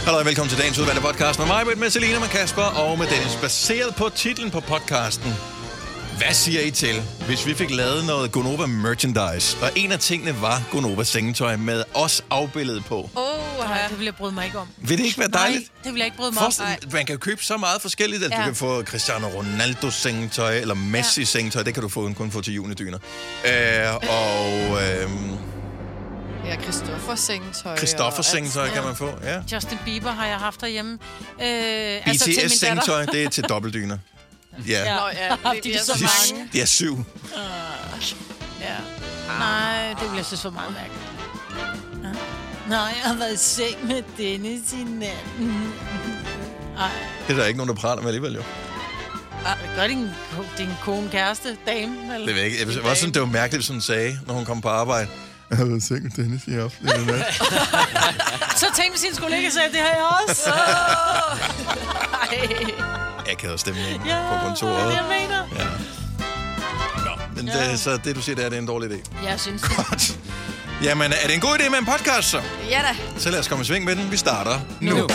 Hallo og velkommen til dagens udvalgte podcast med mig, med Selina, med Kasper og med Dennis. Baseret på titlen på podcasten. Hvad siger I til, hvis vi fik lavet noget Gonova merchandise, og en af tingene var Gonova sengetøj med os afbilledet på? Det vil jeg bryde mig ikke om. Vil det ikke være dejligt? Nej, det vil jeg ikke bryde mig om. Man kan jo købe så meget forskelligt, at du kan få Cristiano Ronaldo sengetøj, eller Messi sengetøj. Det kan du kun få til junidyner. Ja, Christoffer sengetøj kan man få, ja. Justin Bieber har jeg haft derhjemme. BTS sengetøj, det er til dobbeltdyner. Ja. Det er så mange. Det er 7. Nej, det vil jeg synes for meget mærkeligt. Nej, jeg har været i seng med Dennis i natten. Det er der ikke nogen, der prater med alligevel, jo. Gør din kone kæreste, dame? Eller? Det ved jeg ikke. Jeg var sådan, det var mærkeligt, hvis hun sagde, når hun kom på arbejde. Jeg har været i seng med Dennis i aften. Så tænkte sin kollega sagde, det har jeg også. Jeg kan jo stemning på kontoret. Det er det, jeg mener. Ja. Nå, men så det, du siger, det er en dårlig idé. Jeg synes det. Godt. Jamen, er det en god idé med en podcast, så? Ja da. Så lad os komme i sving med den. Vi starter nu.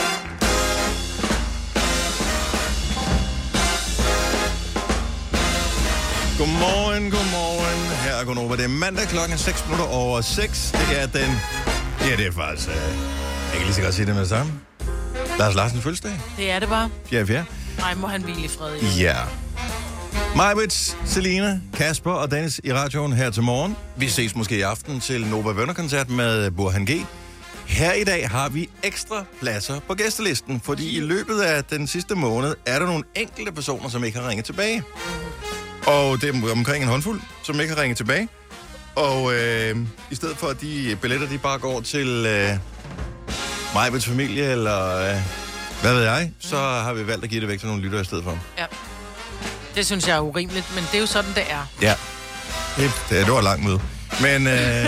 Godmorgen. Her er Gonova. Det er mandag klokken 6:06. Det er den... Ja, det er faktisk... Jeg kan lige så godt sige det med det samme. Lars Larsens fødselsdag. Det er det bare. 4. Nej, må han hvile i fred. Ja. Majbrit, Selina, Kasper og Dennis i radioen her til morgen. Vi ses måske i aften til Nova Vønner-koncert med Burhan G. Her i dag har vi ekstra pladser på gæstelisten, fordi i løbet af den sidste måned er der nogle enkelte personer, som ikke har ringet tilbage. Og det er omkring en håndfuld, som ikke har ringet tilbage. Og i stedet for, at de billetter, de bare går til Majbrits familie, eller hvad ved jeg, så har vi valgt at give det væk til nogle lyttere i stedet for. Ja. Det synes jeg er urimeligt, men det er jo sådan, det er. Ja. Det var et langt møde. Men...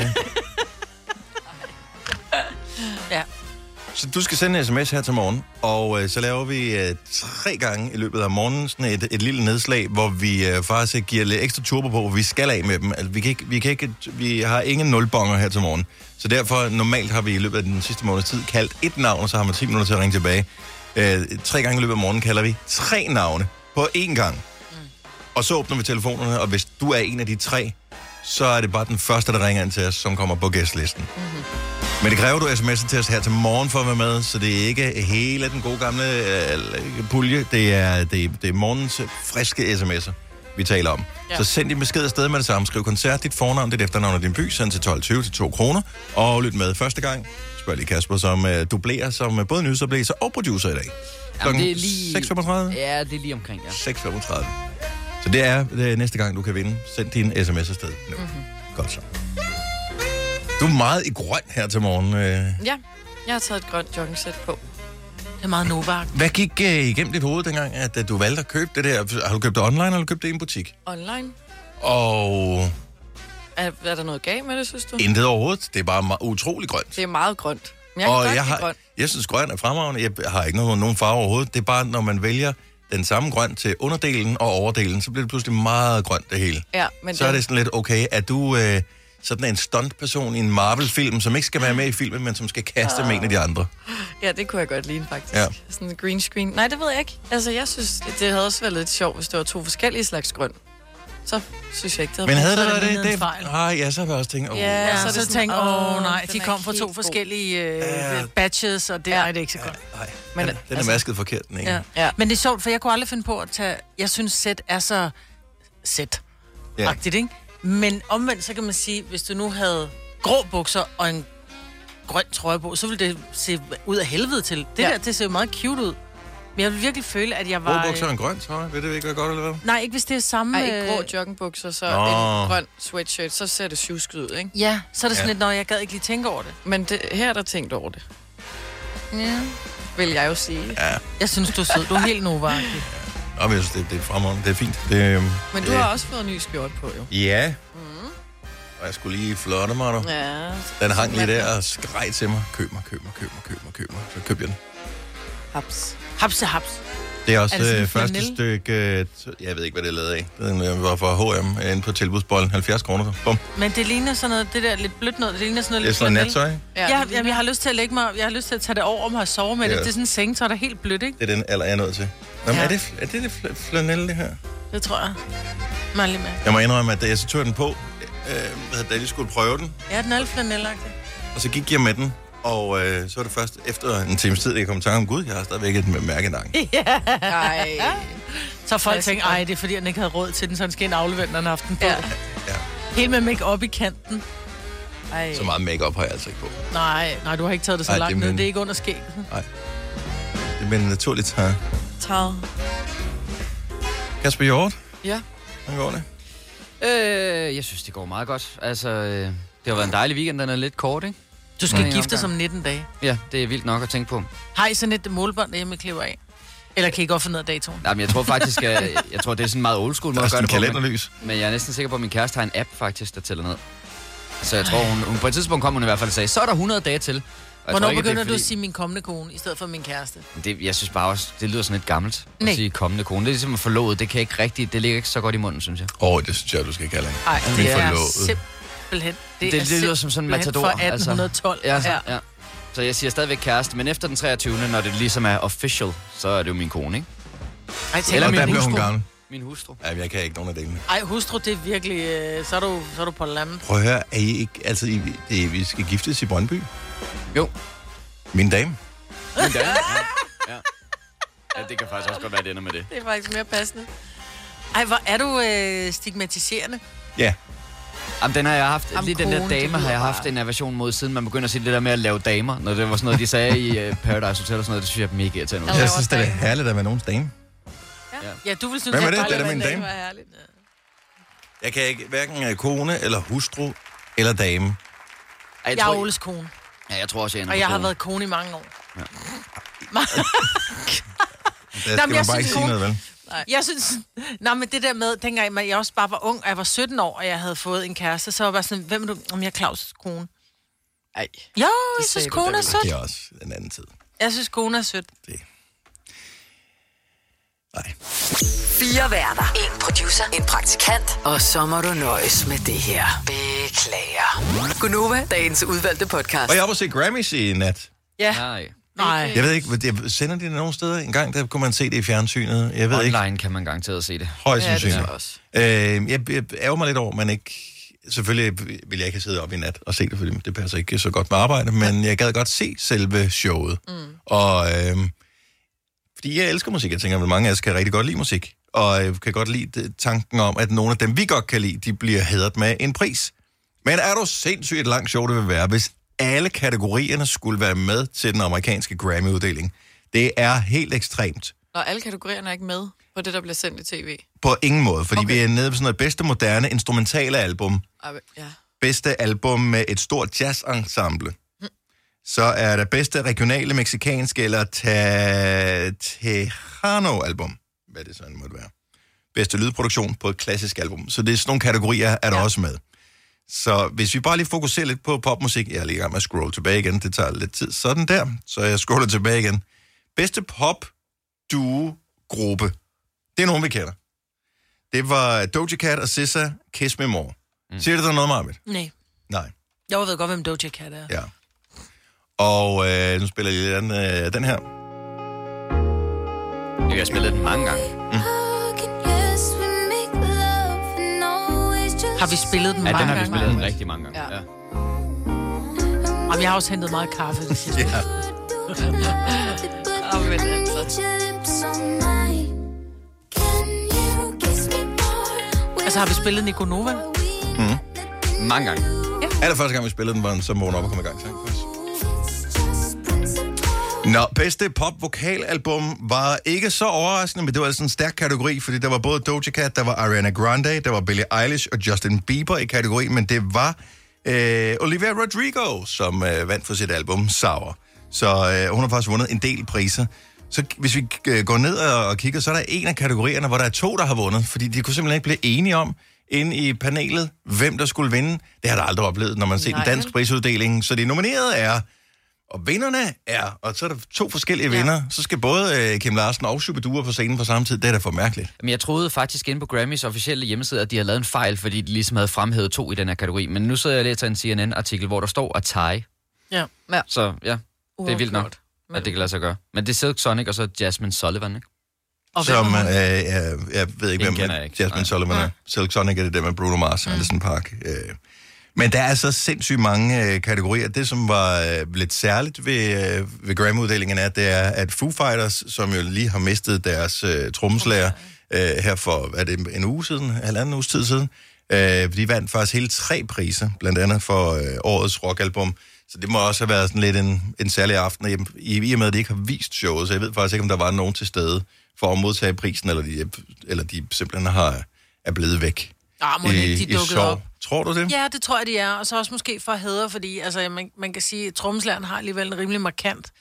Ja. Så du skal sende en sms her til morgen, og så laver vi 3 gange i løbet af morgenen sådan et lille nedslag, hvor vi faktisk giver lidt ekstra turbo på, hvor vi skal af med dem. Altså, vi har ingen nulbonger her til morgen. Så derfor, normalt har vi i løbet af den sidste måneds tid kaldt 1 navn, og så har man 10 minutter til at ringe tilbage. 3 gange i løbet af morgenen kalder vi 3 navne på 1 gang. Og så åbner vi telefonerne, og hvis du er en af de 3, så er det bare den første, der ringer ind til os, som kommer på gæstlisten. Mm-hmm. Men det kræver, du sms'er til os her til morgen for at være med, så det er ikke hele den gode gamle pulje. Det er morgens friske sms'er, vi taler om. Ja. Så send din besked afsted med det samme. Skriv koncert, dit fornavn, dit efternavn og din by. Send til 12.20 til 2 kroner. Og lyt med første gang. Spørg lige Kasper, som dublerer som både nyhedsoplæser og producer i dag. Klokken 6.35? Ja, det er lige omkring, ja. 6.35. Så det er næste gang, du kan vinde. Send din sms afsted nu. Mm-hmm. Godt så. Du er meget i grøn her til morgen. Ja, jeg har taget et grønt joggingsæt på. Det er meget Novak. Hvad gik igennem dit hoved dengang, at du valgte at købe det der? Har du købt det online, eller har du købt det i en butik? Online. Og... Er der noget galt med det, synes du? Intet overhovedet. Det er bare utrolig grønt. Det er meget grønt. Jeg synes, grøn er fremragende. Jeg har ikke nogen farve overhovedet. Det er bare, når man vælger den samme grøn til underdelen og overdelen, så bliver det pludselig meget grønt, det hele. Ja, men så er det sådan lidt, okay, er du sådan en stuntperson i en Marvel-film, som ikke skal være med i filmen, men som skal kaste med en af de andre? Ja, det kunne jeg godt lide, faktisk. Ja. Sådan en green screen. Nej, det ved jeg ikke. Altså, jeg synes, det havde også været lidt sjovt, hvis det var 2 forskellige slags grøn. Så synes jeg ikke, det havde... Men havde det været det? Ja, så har jeg også tænkt, Ja, så tænkte nej, de kom fra 2 forskellige batches, og det er det ikke så godt. Nej, men den er masket forkert, den ikke? Ja. Men det er sjovt, for jeg kunne aldrig finde på at tage... Jeg synes, sæt er så sæt-agtigt, ikke? Men omvendt, så kan man sige, hvis du nu havde grå bukser og en grøn trøje på, så ville det se ud af helvede til. Det ser jo meget cute ud. Men jeg vil virkelig føle, at jeg var... Grå bukser og en grøn trøje, vil det ikke være godt, eller hvad? Nej, ikke hvis det er samme... Nej, ikke grå joggingbukser, så en grøn sweatshirt, så ser det sjusket ud, ikke? Ja, så er det sådan lidt, når jeg gad ikke lige tænke over det. Men her er der tænkt over det. Ja. Vil jeg jo sige. Ja. Jeg synes, du er sød. Du er helt Nova-agtig. Og jeg synes, det er fremragende. Det er fint. Men du har også fået en ny skjort på, jo. Ja. Og jeg skulle lige flotte mig, du. Ja. Den hang lige der og skreg til mig. Køb mig. Så købte jeg den. Haps. Haps. Det er også Er det sådan en første flanel? stykke... Jeg ved ikke, hvad det er lavet af. Den var fra H&M inde på tilbudsbollen. 70 kroner. Bum. Men det ligner sådan noget, det der lidt blødt noget, det ligner sådan noget Det er lidt sådan flanel. nattøj. Ja, jeg har lyst til at lægge mig, jeg har lyst til at tage det over mig og sove med det. Det er sådan en sengetøj, der er helt blødt, ikke? Det er den alder, jeg er nødt til. Nå, men Ja. er det flanel, det her? Det tror jeg. Mig lige med. Jeg må indrømme, at da jeg så tog den på, da jeg skulle prøve den, Ja, den er lidt flanelagtig. og så gik jeg med den, og så var det først efter en times tid, jeg kom i tanke om, gud, jeg har stadigvæk et mærkenang. Ej. Så folk tænkte, ej, det er fordi, han ikke havde råd til den, så han skal ind aflevere den, når han har haft den på. Ja. Ja. Helt med make op i kanten. Ej. Så meget make-up har jeg altså ikke på. Nej, du har ikke taget det så Ej, langt det er ned. min- Det er ikke under skægget. Det er en naturligt tag. Tag. Kasper Hjort, Ja. hvordan går det? Jeg synes, det går meget godt. Altså, det har været en dejlig weekend, den er lidt kort, ikke? Du skal Mm. giftes om 19 dage. Ja, det er vildt nok at tænke på. Har I sådan et målbånd, der hjemme klipper af? Eller kan I godt finde ned af datoen? Nej, men jeg tror faktisk, jeg tror, det er sådan meget old school Der måde er at gøre sådan en det på. kalenderlys. Men jeg er næsten sikker på, at min kæreste har en app faktisk, der tæller ned. Så jeg tror, hun på et tidspunkt kom hun i hvert fald og sagde, så er der 100 dage til. Og jeg Hvornår tror ikke, begynder det du er, at sige min kommende kone, i stedet for min kæreste? Jeg synes bare også, det lyder sådan lidt gammelt Nej. at sige kommende kone. Det er ligesom forlovet, det kan ikke rigtigt, det ligger ikke så godt i munden, synes jeg. Det synes jeg, du skal kalde hende. Nej, Min det er forlovede. simpelthen... Det lyder som sådan en simpelthen matador. fra 1812. Ja. Så jeg siger stadigvæk kæreste, men efter den 23. når det ligesom er official, så er det jo min kone, ikke? Ej, tænk, Eller Og min der blev hun hustru. gammel. Min hustru. Ja, jeg kan ikke nogen af delene. Ej, hustru, det er virkelig... Så er du på landet. Prøv at høre, er I ikke... Altså, vi skal giftes i Brøndby? Jo. Min dame. Min dame, ja. Ja, det kan faktisk også godt være, det ender med det. Det er faktisk mere passende. Ej, hvor er du stigmatiserende. Ja. Jamen, den har jeg haft, Jamen, lige den der kone, det dame har jeg lyder haft bare- en aversion mod, siden man begynder at sige det der med at lave damer. Når det var sådan noget, de sagde i Paradise Hotel og sådan noget, det synes jeg er mega irriterende. Ja. Jeg laver synes, det er dame. herligt at være nogens dame. Ja, du vil synes, Hvem er at det? dejligt Det er da at min være dame. Det var herligt. Jeg kan ikke hverken kone, eller hustru, eller dame. Ej, Jeg er Oles kone, Ja, jeg tror også, jeg ender og på jeg har kone. været kone i mange år. Der Nå, skal men man jeg bare ikke synes, sige noget, vel? Jeg synes... Nå, men det der med, dengang jeg også bare var ung, og jeg var 17 år, og jeg havde fået en kæreste, så var jeg bare sådan, hvem er du? Om jeg er Claus' kone. Ej. Jo, jeg sagde synes, du kone da er vel. sødt. Det er også en anden tid. Jeg synes, kone er sødt. Nej. 4 værter. En producer. En praktikant. Og så må du nøjes med det her. Beklager. Gunova, dagens udvalgte podcast. Og jeg var oppe og se Grammys i nat. Ja, Nej. nej. Jeg ved ikke, sender de det nogen steder? En gang, der kunne man se det i fjernsynet. Jeg ved ikke. Online kan man garanteret se det. Højst Ja, det sandsynligt. tror jeg også. Jeg ærger mig lidt over, men ikke... Selvfølgelig ville jeg ikke have siddet op i nat og se det, fordi det passer ikke så godt med arbejde, men jeg gad godt se selve showet. Og fordi jeg elsker musik, jeg tænker, at mange af os kan rigtig godt lide musik, og jeg kan godt lide tanken om, at nogle af dem, vi godt kan lide, de bliver hædret med en pris. Men er du sindssygt et langt show, det vil være, hvis alle kategorierne skulle være med til den amerikanske Grammy-uddeling. Det er helt ekstremt. Når alle kategorierne er ikke med på det, der bliver sendt i tv. På ingen måde, fordi vi er nede på sådan noget bedste moderne instrumentale album, Ja. bedste album med et stort jazz-ensemble. Så er der bedste regionale mexikanske eller Tejano-album. Hvad det så end måtte være. Bedste lydproduktion på et klassisk album. Så det er sådan nogle kategorier, er der også med. Så hvis vi bare lige fokuserer lidt på popmusik. Jeg er lige i gang med at scrolle tilbage igen. Det tager lidt tid. Sådan der. Så jeg scroller tilbage igen. Bedste pop-duo-gruppe. Det er nogen, vi kender. Det var Doja Cat og SZA, Kiss Me More. Siger det der noget, Marvind? Nej. Nej. Jeg ved godt, hvem Doja Cat er. Ja. Og nu spiller jeg lige den her. Jeg har spillet den mange gange. Har vi spillet den Ja, mange den har vi gange? spillet den rigtig mange gange. Ja. Ja. Og vi har også hentet meget kaffe det sidste. Ja. Men altså. Altså, har vi spillet Nico Nova? Mange gange. Allerførste gang, vi spillede den, var den så vågen op og kom i gang. Nå, bedste pop-vokalalbum var ikke så overraskende, men det var altså en stærk kategori, fordi der var både Doja Cat, der var Ariana Grande, der var Billie Eilish og Justin Bieber i kategorien, men det var Olivia Rodrigo, som vandt for sit album Sour. Så hun har faktisk vundet en del priser. Så hvis vi går ned og kigger, så er der en af kategorierne, hvor der er 2, der har vundet, fordi de kunne simpelthen ikke blive enige om inde i panelet, hvem der skulle vinde. Det har der aldrig oplevet, når man ser den danske prisuddeling. Så de nominerede er, Og vinderne er, og så er der 2 forskellige vinder, så skal både Kim Larsen og Shubidua på scenen på samme tid. Det er da for mærkeligt. Men jeg troede faktisk inde på Grammys officielle hjemmeside, at de havde lavet en fejl, fordi de ligesom havde fremhævet 2 i den her kategori. Men nu sidder jeg og læser en CNN-artikel, hvor der står Atai. Ja. Så ja, det er vildt nok, at det kan lade sig gøre. Men det er Silk Sonic og så Jasmine Sullivan, ikke? Som, jeg ved ikke, hvem Jasmine Sullivan er. Silk Sonic er det der med Bruno Mars og Anderson .Paak. Men der er så sindssygt mange kategorier. Det, som var lidt særligt ved Grammy-uddelingen, det er, at Foo Fighters, som jo lige har mistet deres trommeslager her for, er det en uge siden, halvanden uges tid siden, de vandt faktisk hele 3 priser, blandt andet for årets rockalbum. Så det må også have været sådan lidt en særlig aften, i og med, at de ikke har vist showet, så jeg ved faktisk ikke, om der var nogen til stede for at modtage prisen, eller de simpelthen er blevet væk. De dukkede op. Tror du det? Ja, det tror jeg, de er. Og så også måske for hædre, fordi altså, man kan sige, at trommeslageren har alligevel en rimelig markant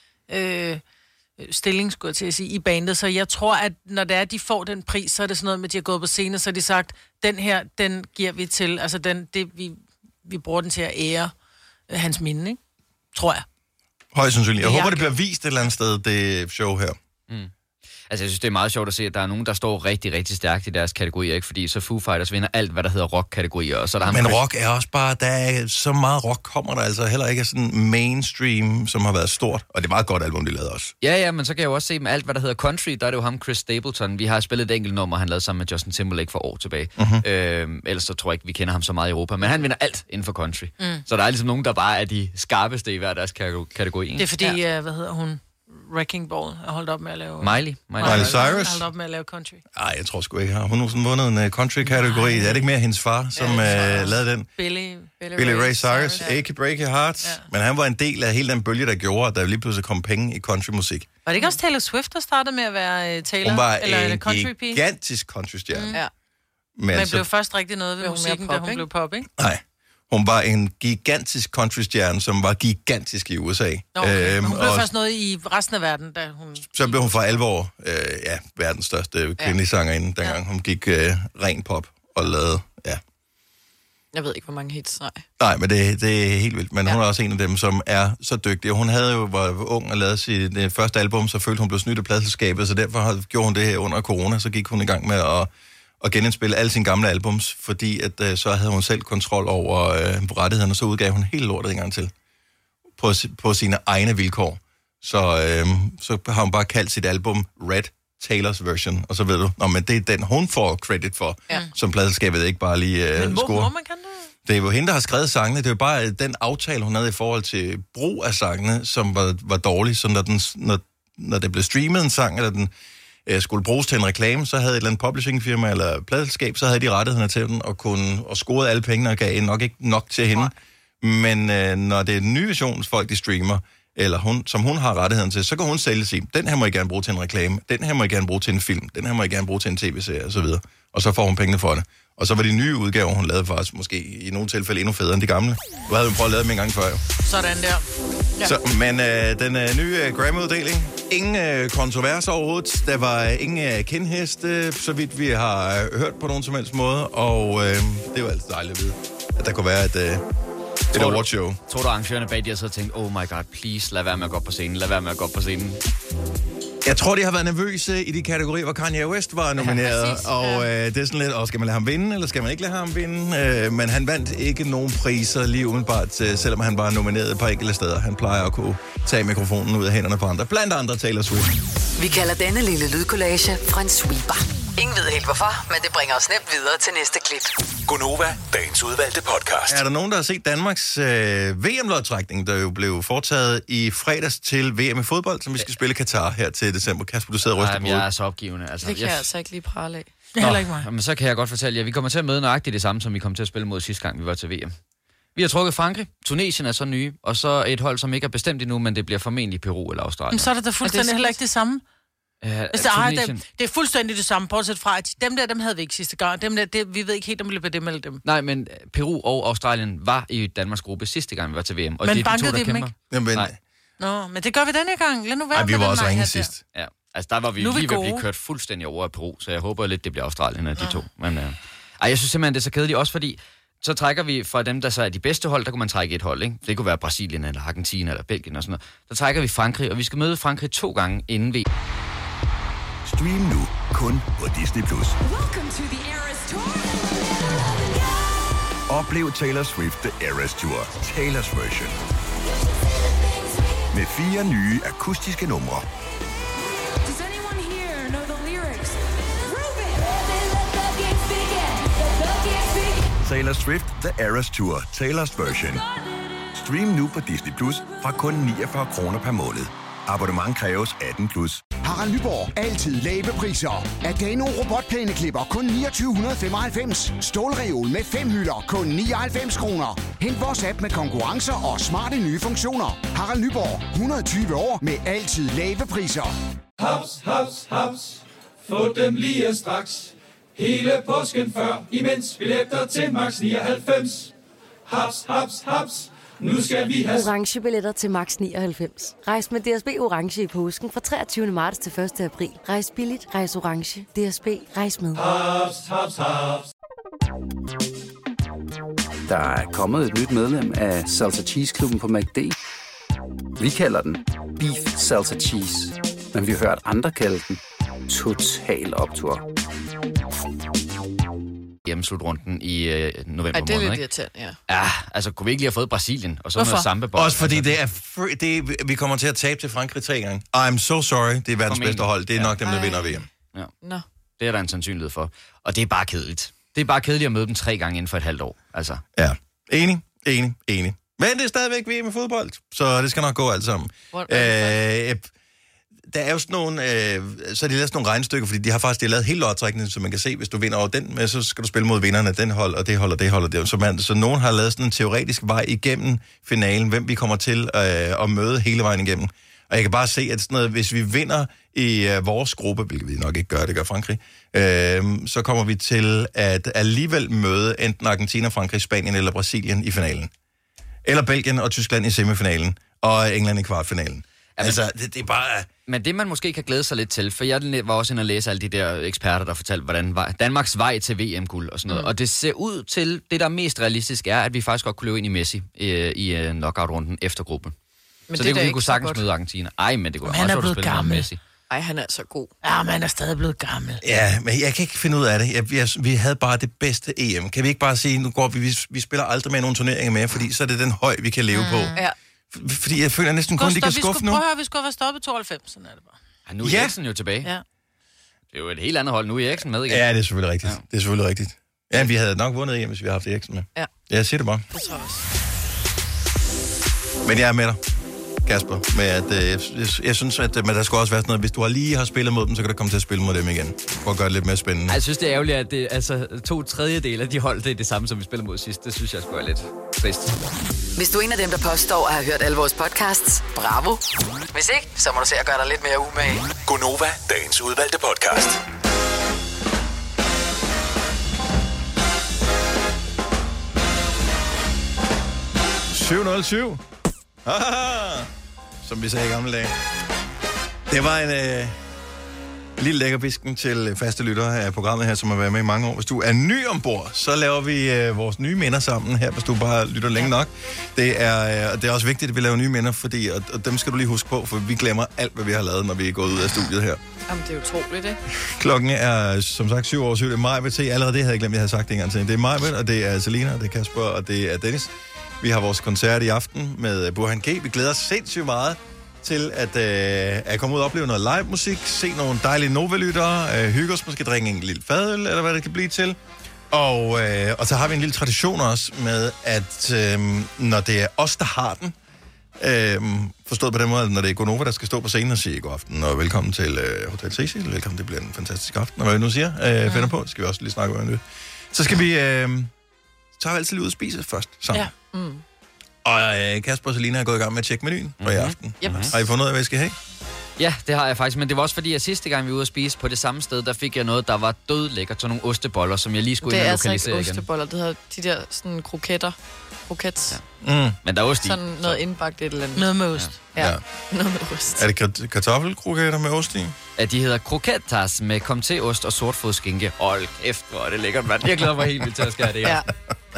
stilling, skulle jeg til at sige, i bandet. Så jeg tror, at når det er, de får den pris, så er det sådan noget med, at de har gået på scenen, så har de sagt, den her, den giver vi til, altså vi bruger den til at ære hans minde, ikke? Tror jeg. Højst sandsynligt. Jeg håber, det bliver vist et eller andet sted, det show her. Altså, jeg synes, det er meget sjovt at se, at der er nogen, der står rigtig, rigtig stærkt i deres kategorier, ikke? Fordi så Foo Fighters vinder alt, hvad der hedder rock-kategorier. Og så er der men rock er også bare, der er så meget rock kommer der altså heller ikke sådan mainstream, som har været stort. Og det er meget godt album, de lavede også. Ja, men så kan jeg jo også se med alt, hvad der hedder country, der er det jo ham, Chris Stapleton. Vi har spillet et enkelt nummer, han lavede sammen med Justin Timberlake for år tilbage. Ellers så tror jeg ikke, vi kender ham så meget i Europa. Men han vinder alt inden for country. Så der er ligesom nogen, der bare er de skarpeste i hver deres kategori. Ikke? Det er fordi, hvad hedder hun? Wrecking Ball har holdt op med at lave... Miley Cyrus? Har holdt op med at lave country. Nej, jeg tror sgu ikke. Hun har sådan vundet en country-kategori. Er det ikke mere hendes far, som lavede den? Billy Ray Cyrus. Achy Breaky Hearts. Ja. Men han var en del af hele den bølge, der gjorde, at der lige pludselig kom penge i countrymusik. Var det ikke også Taylor Swift, der startede med at være Taylor? Hun var eller en country-pige? gigantisk country-stjerne. Ja. Men blev først rigtig noget ved musikken, da hun blev pop, ikke? Nej. Hun var en gigantisk country-stjerne, som var gigantisk i USA. Okay. Hun blev først noget i resten af verden, da hun... Så blev hun for alvor verdens største kvindelige sangerinde, dengang hun gik ren pop og lavede... Ja. Jeg ved ikke, hvor mange hits, Nej, men det er helt vildt. Men hun er også en af dem, som er så dygtig. Hun havde jo, var ung og lavede sit første album, så følte hun blev snydt af pladeselskabet, så derfor gjorde hun det her under corona. Så gik hun i gang med at genindspille alle sine gamle albums, fordi at, så havde hun selv kontrol over rettighederne, og så udgav hun hele lortet en gang til på sine egne vilkår. Så har hun bare kaldt sit album Red Taylors Version, og så ved du, men det er den, hun får credit for, som pladeselskabet ikke bare lige score. Men man kan det? Det er jo hende, der har skrevet sangene. Det er jo bare den aftale, hun havde i forhold til brug af sangene, som var dårlig. Så når det blev streamet en sang, eller den skulle bruges til en reklame, så havde et eller andet publishingfirma eller pladeselskab, så havde de rettighederne til den, og scorede alle pengene og gav nok ikke nok til hende. Men når det er den nye version, folk de streamer, eller som hun har rettigheden til, så kan hun sælge sig. Den her må jeg gerne bruge til en reklame, den her må jeg gerne bruge til en film, den her må jeg gerne bruge til en tv-serie osv. Og så får hun pengene for det. Og så var de nye udgaver, hun lavede faktisk måske i nogle tilfælde endnu federe end de gamle. Nu havde hun prøvet at lave dem en gang før. Jo. Sådan der. Ja. Men den nye Grammy-uddeling, ingen kontroverser overhovedet. Der var ingen kendheste, så vidt vi har hørt på nogen som helst måde. Og det er jo altid dejligt at vide, at der kunne være et awardshow. Tror du, arrangørerne bag de har så tænkt, oh my god, please, lad være med at gå op på scenen, lad være med at gå op på scenen? Jeg tror, de har været nervøse i de kategorier, hvor Kanye West var nomineret. Ja, og det er sådan lidt, skal man lade ham vinde, eller skal man ikke lade ham vinde? Men han vandt ikke nogen priser lige umiddelbart, selvom han var nomineret på enkelte steder. Han plejer at kunne tage mikrofonen ud af hænderne på andre. Blandt andre Taylor Swift. Vi kalder denne lille lydkollage en sweeper. Ingen ved helt hvorfor, men det bringer os nemt videre til næste klip. Gonova, dagens udvalgte podcast. Er der nogen, der har set Danmarks VM-lodtrækning, der jo blev foretaget i fredags til VM i fodbold, som vi skal spille i Katar her til december? Kasper, du sidder og ryster på hovedet. Jeg er så opgivende. Altså, det kan jeg altså ikke lige prale af. Heller ikke mig. Men så kan jeg godt fortælle jer, vi kommer til at møde nøjagtigt det samme, som vi kom til at spille mod sidste gang, vi var til VM. Vi har trukket Frankrig, Tunesien er så nye, og så et hold, som ikke er bestemt endnu, men det bliver formentlig Peru eller Australien. Men så er det da fuldstændig heller ikke det samme. Det er fuldstændig det samme, bortset fra, at dem havde vi ikke sidste gang. Vi ved ikke helt, om det blev dem eller dem. Nej, men Peru og Australien var i Danmarks gruppe sidste gang, vi var til VM. Og men det er de to, der kæmper. Men det gør vi denne gang. Lad nu være. Ej, vi var også ringe sidst. Ja, altså der var vi lige ved at blive kørt fuldstændig over af Peru, så jeg håber lidt, det bliver Australien af de to. Men jeg synes simpelthen, det er så kedeligt, også fordi Så trækker vi fra dem, der så er de bedste hold, der kunne man trække et hold, ikke? Det kunne være Brasilien, eller Argentina, eller Belgien og sådan noget. Der trækker vi Frankrig, og vi skal møde Frankrig 2 gange inden vi... Stream nu kun på Disney+. Oplev Taylor Swift The Eras Tour, Taylor's version. Med 4 nye akustiske numre. Taylor Swift The Eras Tour, Taylor's version. Stream nu på Disney+ fra kun 49 kroner per måned. Abonnement kræves 18+. Harald Nyborg. Altid lave priser. Adano robotplæneklipper kun 2995. Stålreol med 5 hylder kun 99 kroner. Hent vores app med konkurrencer og smarte nye funktioner. Harald Nyborg. 120 år med altid lave priser. Haps, haps, haps. Få dem lige straks. Hele påsken før, imens billetter til max 99. Haps, haps, haps. Nu skal vi have orange billetter til max 99. Rejs med DSB orange i påsken fra 23. marts til 1. april. Rejs billigt, rejs orange. DSB, rejs med. haps, haps, haps. Der er kommet et nyt medlem af Salsa Cheese Klubben på McD. Vi kalder den Beef Salsa Cheese, men vi har hørt andre kalde den Total Optur. Hjemmeslutrunden i november måned, det er lidt ikke? irriterende, ja. Ja, altså kunne vi ikke lige have fået Brasilien, og så noget sambebold? Også fordi vi kommer til at tabe til Frankrig 3 gange. I'm so sorry, det er verdens bedste hold. Det er nok dem, der vinder VM. Ja. Nå. Det er der en sandsynlighed for. Og det er bare kedeligt. Det er bare kedeligt at møde dem 3 gange inden for et halvt år. Altså. Ja, enig. Men det er stadigvæk VM i fodbold, så det skal nok gå alt sammen. Der er jo sådan nogle, så har de lavet sådan nogle regnestykker, fordi de har faktisk lavet hele lodtrækningen, så man kan se, hvis du vinder over den med, så skal du spille mod vinderne af den hold, og det hold, og det hold, og det. Så nogen har lavet sådan en teoretisk vej igennem finalen, hvem vi kommer til at møde hele vejen igennem. Og jeg kan bare se, at sådan noget, hvis vi vinder i vores gruppe, hvilket vi nok ikke gør, det gør Frankrig, så kommer vi til at alligevel møde enten Argentina, Frankrig, Spanien eller Brasilien i finalen. Eller Belgien og Tyskland i semifinalen, og England i kvartfinalen. Altså, det er bare... Men det, man måske kan glæde sig lidt til, for jeg var også inde og læse alle de der eksperter, der fortalte, hvordan Danmarks vej til VM-guld og sådan noget. Og det ser ud til, det der er mest realistisk er, at vi faktisk godt kunne løbe ind i Messi i knockout-runden efter gruppen. Men så det kunne sagtens møde Argentina. Ej, men det kunne også være, du spille med Messi. Ej, han er så god. Ja, men han er stadig blevet gammel. Ja, men jeg kan ikke finde ud af det. Vi havde bare det bedste EM. Kan vi ikke bare sige, nu går vi spiller aldrig med nogle turneringer mere, fordi så er det den høj, vi kan leve på. Ja. Fordi jeg føler næsten kun, de kan skuffe nu. Prøv at høre, vi skulle være stoppet 92, sådan er det bare. Ja, nu er Eriksen jo tilbage. Ja. Det er jo et helt andet hold. Nu er Eriksen med igen. Ja, det er selvfølgelig rigtigt. Ja. Det er selvfølgelig rigtigt. Ja, vi havde nok vundet EM, hvis vi havde haft Eriksen med. Ja. Jeg siger det bare. Det tror jeg også. Men jeg er med dig, Kasper, med at jeg synes, at men der skal også være sådan noget, hvis du lige har spillet mod dem, så kan du komme til at spille mod dem igen. For at gøre det lidt mere spændende. Jeg synes, det er ærgerligt, at det, altså, 2/3 af de hold, det er det samme, som vi spiller mod sidst. Det synes jeg sgu er lidt trist. Hvis du er en af dem, der påstår at have hørt alle vores podcasts, bravo. Hvis ikke, så må du se at gøre dig lidt mere umage. Gonova, dagens udvalgte podcast. Som vi sagde i gamle dage. Det var en lille lækkerbisken til faste lyttere af programmet her, som har været med i mange år. Hvis du er ny ombord, så laver vi vores nye minder sammen her, hvis du bare lytter længe nok. Det er også vigtigt, at vi laver nye minder, fordi, og dem skal du lige huske på, for vi glemmer alt, hvad vi har lavet, når vi er gået ud af studiet her. Jamen, det er utroligt, ikke? Klokken er, som sagt, 7 over 7. Det er Majbet. Allerede det havde jeg glemt, jeg havde sagt det en gang til. Det er Majbet, og det er Selina, og det er Kasper, og det er Dennis. Vi har vores koncert i aften med Burhan G. Vi glæder os sindssygt meget til at komme ud og opleve noget live musik, se nogle dejlige Nova-lyttere, hygge os, måske drikke en lille fadøl, eller hvad det kan blive til. Og så har vi en lille tradition også med, at når det er os, der har den, forstået på den måde, at når det er Gonova, der skal stå på scenen og sige god aften, og velkommen til Hotel Cecil, velkommen, det bliver en fantastisk aften, og hvad vi nu siger, finder på, det skal vi også lige snakke om det. Så skal vi, så har vi altid lige ud og spise først sammen. Ja. Og Kasper og Selina er gået i gang med at tjekke menuen for i aften. Har I fundet ud af, hvad I skal have? Ja, det har jeg faktisk, men det var også fordi, at sidste gang vi var ude at spise på det samme sted, der fik jeg noget, der var dødlækkert, sådan nogle osteboller, som jeg lige skulle ind og lokalisere igen. Det er altså ikke osteboller, det hedder de der sådan krokets. Ja. Men der er ost i. Sådan noget indbagt et eller andet. Noget med ost. Ja. Noget med ost. Er det kartoffelkroketter med ost i? Ja, de hedder croquetas med comté-ost og sortfodsskinke. Hold kæft, hvor er det lækkert, mand. Jeg glæder mig helt vildt til at skære det her.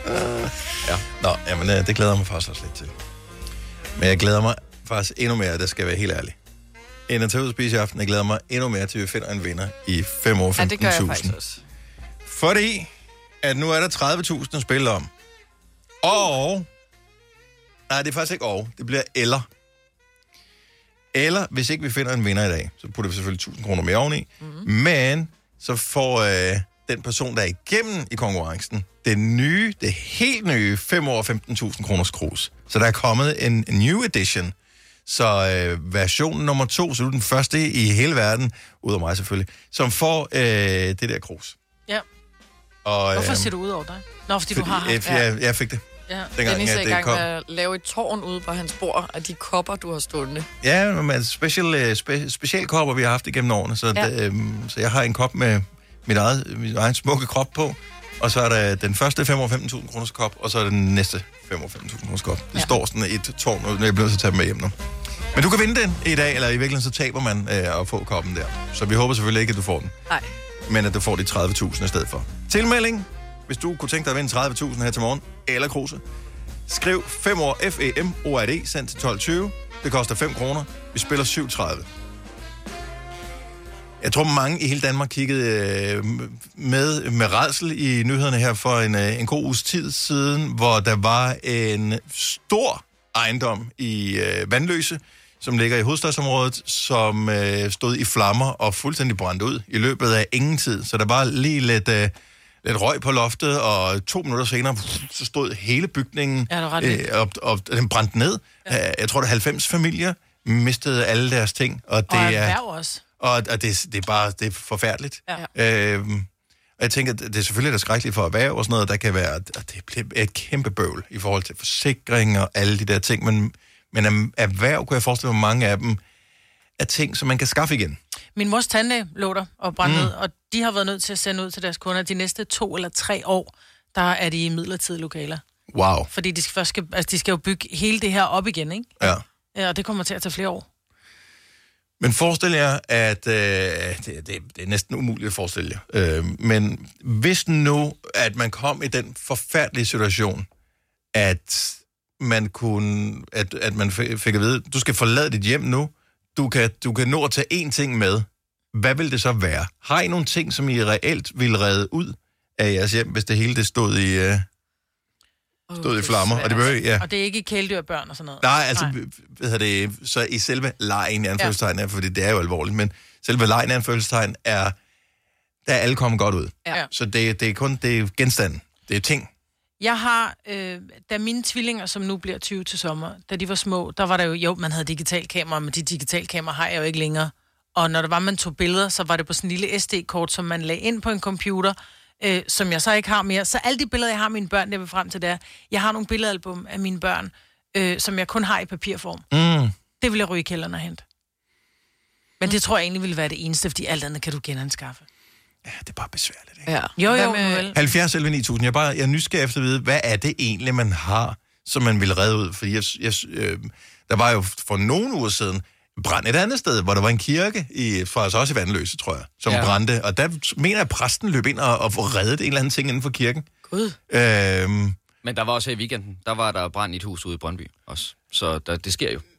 Ja. Nå, jamen, det glæder jeg mig faktisk også lidt til. Men jeg glæder mig faktisk endnu mere, det skal være helt ærlig. End at tage ud og spise i aften, jeg glæder mig endnu mere til, at vi finder en vinder i 5 år 15.000. Ja, det gør jeg faktisk også. Fordi, at nu er der 30.000 at spille om. Og... Nej, det er faktisk ikke det bliver eller. Eller, hvis ikke vi finder en vinder i dag, så putter vi selvfølgelig 1.000 kroner mere oveni. Mm-hmm. Men så får den person, der er igennem i konkurrencen, det helt nye 5 år 15.000 kroners krus. Så der er kommet en new edition. Så version nummer 2, så er du den første i hele verden, ud af mig selvfølgelig, som får det der krus. Ja. Og, hvorfor ser du ud over dig? Nå, fordi du har haft... Jeg fik det. Ja. Dennis er i gang med at lave et tårn ude på hans bord af de kopper, du har stående. Ja, men special kopper, vi har haft igennem årene. Så, så jeg har en kop med min egen smukke krop på. Og så er der den første 5 år 15.000 kroners kop, og så er den næste 5 år 15.000 kroners kop. Det står sådan et tårn, og jeg bliver nødt til at tage dem med hjem nu. Men du kan vinde den i dag, eller i virkeligheden så taber man at få koppen der. Så vi håber selvfølgelig ikke, at du får den. Nej. Men at du får de 30.000 i stedet for. Tilmelding, hvis du kunne tænke dig at vinde 30.000 her til morgen, eller kruse. Skriv 5 år FEMORD, send til 12.20. Det koster 5 kroner. Vi spiller 7.30. Jeg tror, mange i hele Danmark kiggede med rædsel i nyhederne her for en god uges tid siden, hvor der var en stor ejendom i Vandløse, som ligger i hovedstadsområdet, som stod i flammer og fuldstændig brændte ud i løbet af ingen tid. Så der var lige lidt røg på loftet, og 2 minutter senere, så stod hele bygningen og den brændte ned. Ja. Jeg tror, der 90 familier mistede alle deres ting. Og erhverv også. Og det er forfærdeligt. Ja. Og jeg tænker, det er selvfølgelig det skrækkeligt for erhverv og sådan noget, der kan være, det er et kæmpe bøvl i forhold til forsikring og alle de der ting, men erhverv, kunne jeg forestille mig, mange af dem er ting, som man kan skaffe igen. Min mors tandlæge lå der og brændte ned, og de har været nødt til at sende ud til deres kunder de næste 2 eller 3 år, der er de i midlertidige lokaler. Wow. Fordi de skal jo bygge hele det her op igen, ikke? Ja. Ja, og det kommer til at tage flere år. Men forestil jer, at det er næsten umuligt at forestille jer. Men hvis nu, at man kom i den forfærdelige situation, at man fik at vide, du skal forlade dit hjem nu, du kan nå at tage én ting med. Hvad vil det så være? Har I nogle ting, som I reelt vil redde ud af jeres hjem, hvis det hele det stod i flammer? Og det behøver, ja. Og det er ikke kæledyr, børn og sådan noget? Nej, altså, så i selve lejen, i anførselstegn, fordi det er jo alvorligt, men selve lejen, i anførselstegn, der er alle kommet godt ud. Ja. Så det er genstanden. Det er ting. Jeg har, da mine tvillinger, som nu bliver 20 til sommer, da de var små, der var der jo man havde digitalkamera, men de digitalkamera har jeg jo ikke længere. Og når man tog billeder, så var det på sådan en lille SD-kort, som man lagde ind på en computer, som jeg så ikke har mere. Så alle de billeder, jeg har af mine børn, jeg vil frem til, jeg har nogle billedalbum af mine børn, som jeg kun har i papirform. Det vil jeg ryge i kælderen og hente. Men det tror jeg egentlig ville være det eneste, fordi alt andet kan du genanskaffe. Ja, det er bare besværligt, ikke? Ja. Jo, vel. 70 11 9000. Jeg er nysgerrig efter at vide, hvad er det egentlig, man har, som man vil redde ud? Fordi der var jo for nogle uger siden brand et andet sted, hvor der var en kirke, faktisk også i Vandløse, tror jeg, som brændte. Og der mener jeg, at præsten løb ind og reddede en eller anden ting inden for kirken. Gud. Men der var også i weekenden, der var der brand i et hus ude i Brøndby også. Så det sker jo.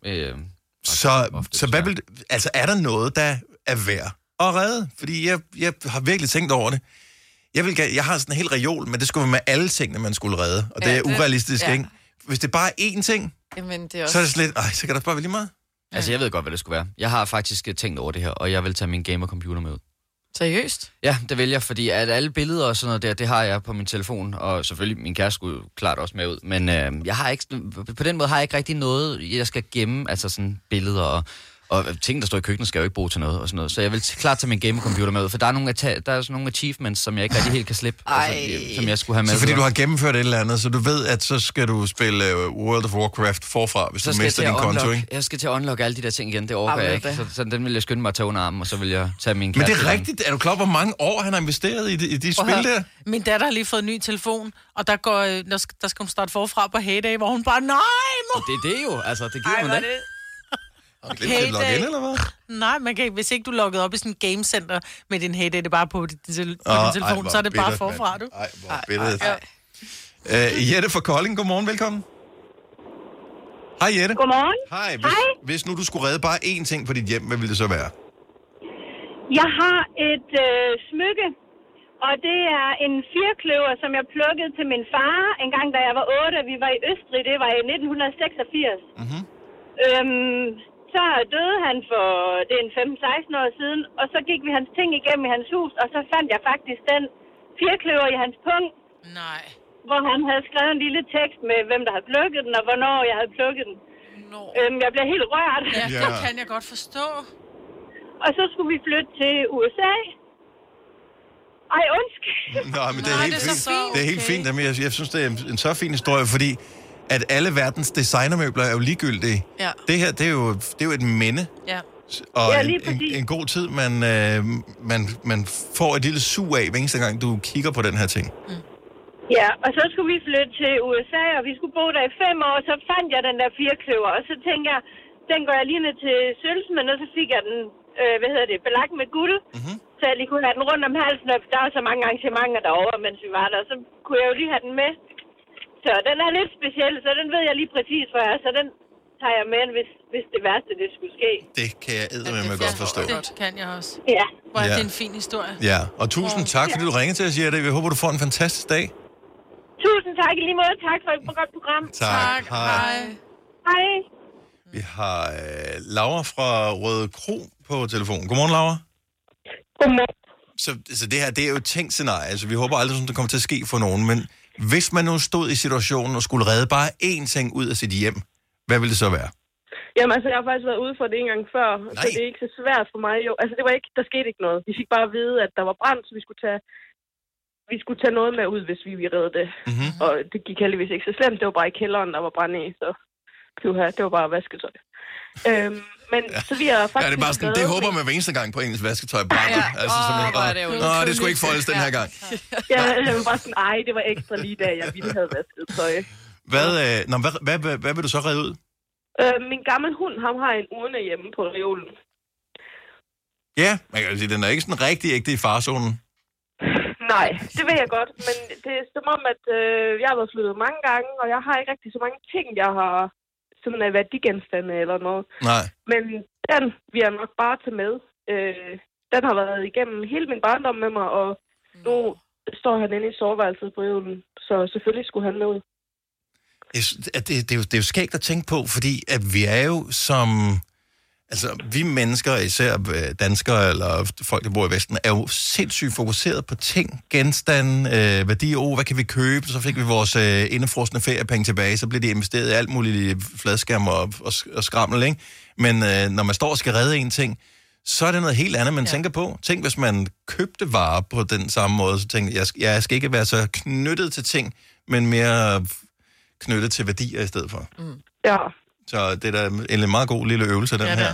Så hvad vil, altså er der noget, der er værd at redde? Fordi jeg har virkelig tænkt over det. Jeg har sådan en helt reol, men det skulle være med alle tingene, man skulle redde. Og det er urealistisk, ikke? Hvis det bare er én ting, jamen, det er også... så er det slet... så kan der bare være lige meget. Altså, jeg ved godt, hvad det skulle være. Jeg har faktisk tænkt over det her, og jeg vil tage min gamer-computer med ud. Seriøst? Ja, det vil jeg, fordi at alle billeder og sådan noget der, det har jeg på min telefon, og selvfølgelig min kæreste skulle klart også med ud. Men jeg har ikke, på den måde har jeg ikke rigtig noget, jeg skal gemme, altså sådan billeder og ting, der står i køkkenet, skal jeg jo ikke bruge til noget og sådan noget. Så jeg vil klart tage min gamer-computer med ud, for der er sådan nogle achievements, som jeg ikke rigtig helt kan slippe, altså, som jeg skulle have med. Så fordi du har gennemført et eller andet, så du ved, at så skal du spille World of Warcraft forfra, hvis du mister din konto, ikke? Jeg skal til at unlocke alle de der ting igen, det overgår jeg ikke. Så den vil jeg skynde mig at tage under armen, og så vil jeg tage min kæreste. Men det er rigtigt. Er du klar, hvor mange år han har investeret i de spil der? Min datter har lige fået en ny telefon, og der skal hun starte forfra på Heyday, hvor hun bare, nej, mor! Det er det jo, altså, det giver man det. Har du glemt at logge ind, eller hvad? Nej, man kan ikke. Hvis ikke du logget op i sådan en gamecenter med din Heyday, det er bare på din telefon, så er det bare forfra, du. Ej, hvor billedet. Jette fra Kolding, godmorgen, velkommen. Hej Jette. Godmorgen. Hej. Hvis nu du skulle redde bare én ting på dit hjem, hvad ville det så være? Jeg har et smykke, og det er en firkløver, som jeg plukkede til min far en gang, da jeg var 8. Vi var i Østrig, det var i 1986. Mm-hmm. Så døde han for, det er en 15-16 år siden, og så gik vi hans ting igennem i hans hus, og så fandt jeg faktisk den firkløver i hans pung. Nej. Hvor han havde skrevet en lille tekst med, hvem der havde plukket den, og hvornår jeg havde plukket den. No. Jeg blev helt rørt. Ja, det kan jeg godt forstå. Og så skulle vi flytte til USA. Ej, undskyld. Nå, men det er helt fint. Det er helt fint. Jamen, jeg synes, det er en så fin historie, fordi at alle verdens designermøbler er jo ligegyldige. Ja. Det her, det er jo et minde. Ja. Og en god tid, man får et lille sug af, hver eneste gang, du kigger på den her ting. Mm. Ja, og så skulle vi flytte til USA, og vi skulle bo der i 5 år, og så fandt jeg den der firkløver, og så tænkte jeg, den går jeg lige ned til sølvsmeden, og så fik jeg den, belagt med guld, så jeg lige kunne have den rundt om halsen, og der var så mange arrangementer derovre, mens vi var der, og så kunne jeg jo lige have den med. Så den er lidt speciel, så den ved jeg lige præcis, hvor jeg er, så den tager jeg med, hvis det værste, det skulle ske. Det kan jeg eddermame godt forstå. Det kan jeg også. Ja. Hvor er det en fin historie. Ja, og tusind tak, fordi du ringede til os, Jette. Vi håber, du får en fantastisk dag. Tusind tak i lige måde. Tak for et godt program. Tak. Hej. Hej. Vi har Laura fra Røde Kro på telefonen. Godmorgen, Laura. Godmorgen. Så det her, det er jo et tænkt scenarie. Altså, vi håber aldrig, at det kommer til at ske for nogen. Men hvis man nu stod i situationen og skulle redde bare én ting ud af sit hjem, hvad ville det så være? Jamen, altså, jeg har faktisk været ude for det en gang før, så det er ikke så svært for mig. Jo, altså, der skete ikke noget. Vi fik bare at vide, at der var brand, så vi skulle tage noget med ud, hvis vi ville redde det. Mm-hmm. Og det gik heldigvis ikke så slemt. Det var bare i kælderen, der var brand i, så det var bare vasketøj. Men så vi har faktisk... Ja, det er bare sådan, det håber man hver eneste gang på engelsk vasketøj brænder. Ja. Altså, det skulle ikke foldes den her gang. Ja, jeg var bare sådan, det var ekstra lige da, jeg ville have vasket tøj. Hvad vil du så redde ud? Min gamle hund, ham har en urne hjemme på reolen. Ja, man kan sige, den er ikke sådan rigtig ægte i farzonen. Nej, det ved jeg godt, men det er som om, at jeg har været flyttet mange gange, og jeg har ikke rigtig så mange ting, jeg har sådan en værdigenstande eller noget. Nej. Men den vil jeg nok bare tage med. Den har været igennem hele min barndom med mig, og nu står han inde i soveværelset på reolen, så selvfølgelig skulle han med ud. Det er jo skægt at tænke på, fordi at vi er jo som... Altså, vi mennesker, især danskere eller folk, der bor i Vesten, er jo sindssygt fokuseret på ting, genstande, værdier. Hvad kan vi købe? Så fik vi vores indefrosne feriepenge tilbage, så blev det investeret i alt muligt fladskærm og skrammel, ikke? Men når man står og skal redde en ting, så er det noget helt andet, man tænker på. Tænk, hvis man købte varer på den samme måde, så tænkte jeg skal ikke være så knyttet til ting, men mere knyttet til værdier i stedet for. Mm. Ja. Så det er da en meget god lille øvelse, den her.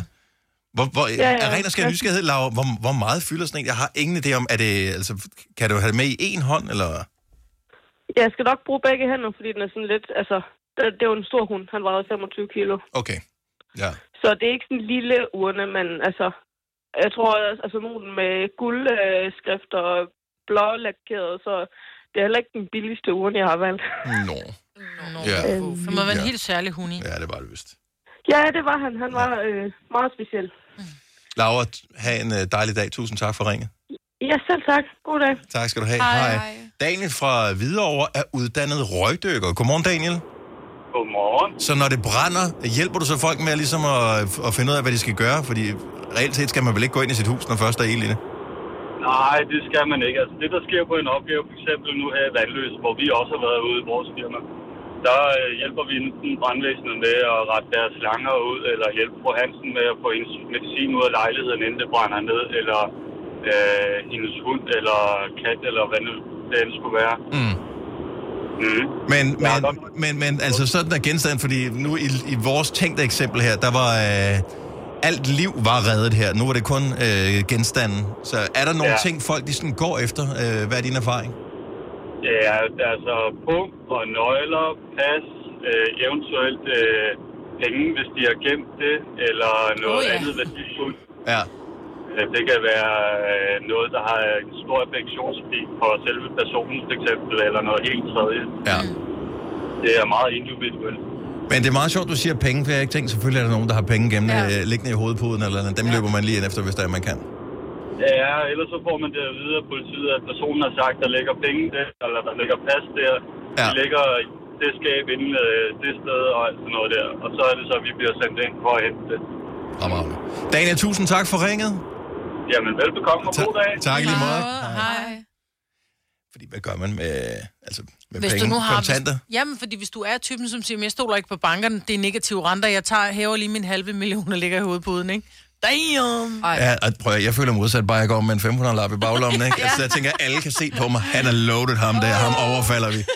Er ren og skær nysgerrighed, Laura, hvor meget fylder sådan en? Jeg har ingen idé om, kan du have det med i en hånd, eller? Jeg skal nok bruge begge hænder, fordi den er sådan lidt, det er jo en stor hund, han vejede 25 kilo. Okay, ja. Så det er ikke sådan en lille urne, men jeg tror, nogle med guldskrifter og blålakeret, så det er heller ikke den billigste urne, jeg har valgt. Nå. Ja. Det må være en helt særlig hund i. Ja, det var det vist. Ja, det var han. Han var meget speciel. Laura, have en dejlig dag. Tusind tak for ringet. Ja, selv tak. God dag. Tak skal du have. Hej. Daniel fra Hvidovre er uddannet røgdykker. Godmorgen, Daniel. Godmorgen. Så når det brænder, hjælper du så folk med ligesom at finde ud af, hvad de skal gøre? Fordi reelt set skal man vel ikke gå ind i sit hus, når først der er ild i det? Nej, det skal man ikke. Altså det, der sker på en opgave, for eksempel nu her i Vandløs, hvor vi også har været ude i vores firma, der hjælper vi enten brandvæsenet med at rette deres slanger ud, eller hjælpe fru Hansen med at få hendes medicin ud af lejligheden, inden det brænder ned, eller hendes hund, eller kat, eller hvad det end skulle være. Mm. Men altså sådan er genstand, fordi nu i vores tænkte eksempel her, der var alt liv var reddet her. Nu er det kun genstanden. Så er der nogle ting, folk de sådan går efter? Hvad er din erfaring? Ja, altså punkt og nøgler, pas, eventuelt penge, hvis de har gemt det, eller noget andet værdifuldt. Ja. Det kan være noget, der har en stor affektionsværdi for selve personen, for eksempel, eller noget helt tredje. Ja. Det er meget individuelt. Men det er meget sjovt, du siger penge, for jeg har ikke tænkt, selvfølgelig er der nogen, der har penge liggende i hovedpuden, eller dem løber man lige ind efter, hvis der er, man kan. Ja, ellers så får man det at vide af politiet, at personen har sagt, der ligger penge der, eller der ligger pas der. Ja. De ligger i det skab inden det sted og alt sådan noget der. Og så er det så, at vi bliver sendt ind for at hente det. Daniel, tusind tak for ringet. Jamen, velbekomme og god dag. Tak i lige måde. Hej. Fordi hvad gør man med, med hvis penge, du nu har, kontanter? Jamen, fordi hvis du er typen, som siger, jeg stoler ikke på bankerne, det er negative renter, jeg hæver lige min 500.000 og ligger i hovedpuden, ikke? Damn! Ja, prøv at, jeg føler modsat bare, at jeg går med en 500-lap i baglommen, ikke? Altså, jeg tænker, at alle kan se på mig. Han er loaded ham der, ham overfalder vi.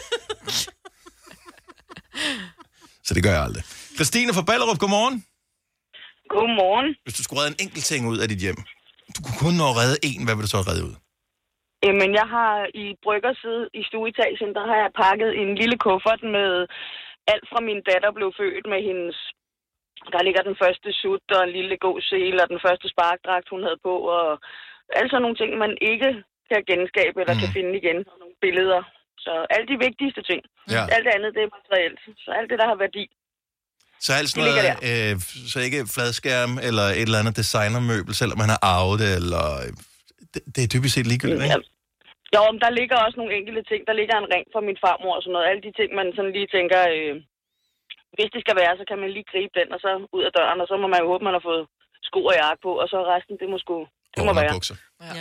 Så det gør jeg aldrig. Christine fra Ballerup, godmorgen. Godmorgen. Hvis du skulle redde en enkelt ting ud af dit hjem, du kunne kun nå at redde en, hvad vil du så redde ud? Jamen, jeg har i bryggerside i stueetagen, der har jeg pakket en lille kuffert med alt fra min datter blev født med hendes. Der ligger den første sut og en lille god sele og den første sparkdragt, hun havde på, og altså nogle ting, man ikke kan genskabe eller kan finde igen, og nogle billeder. Så alle de vigtigste ting. Ja. Alt det andet, det er materielt. Så alt det, der har værdi. Så alt sådan noget, så ikke fladskærm eller et eller andet designermøbel, selvom man har arvet det, eller det er typisk set ligegyldigt, ikke? Jo, men der ligger også nogle enkelte ting. Der ligger en ring fra min farmor og sådan noget. Alle de ting, man sådan lige tænker, hvis det skal være, så kan man lige gribe den, og så ud af døren, og så må man jo håbe, man har fået sko og jakke på, og så resten, det må være. Bukser.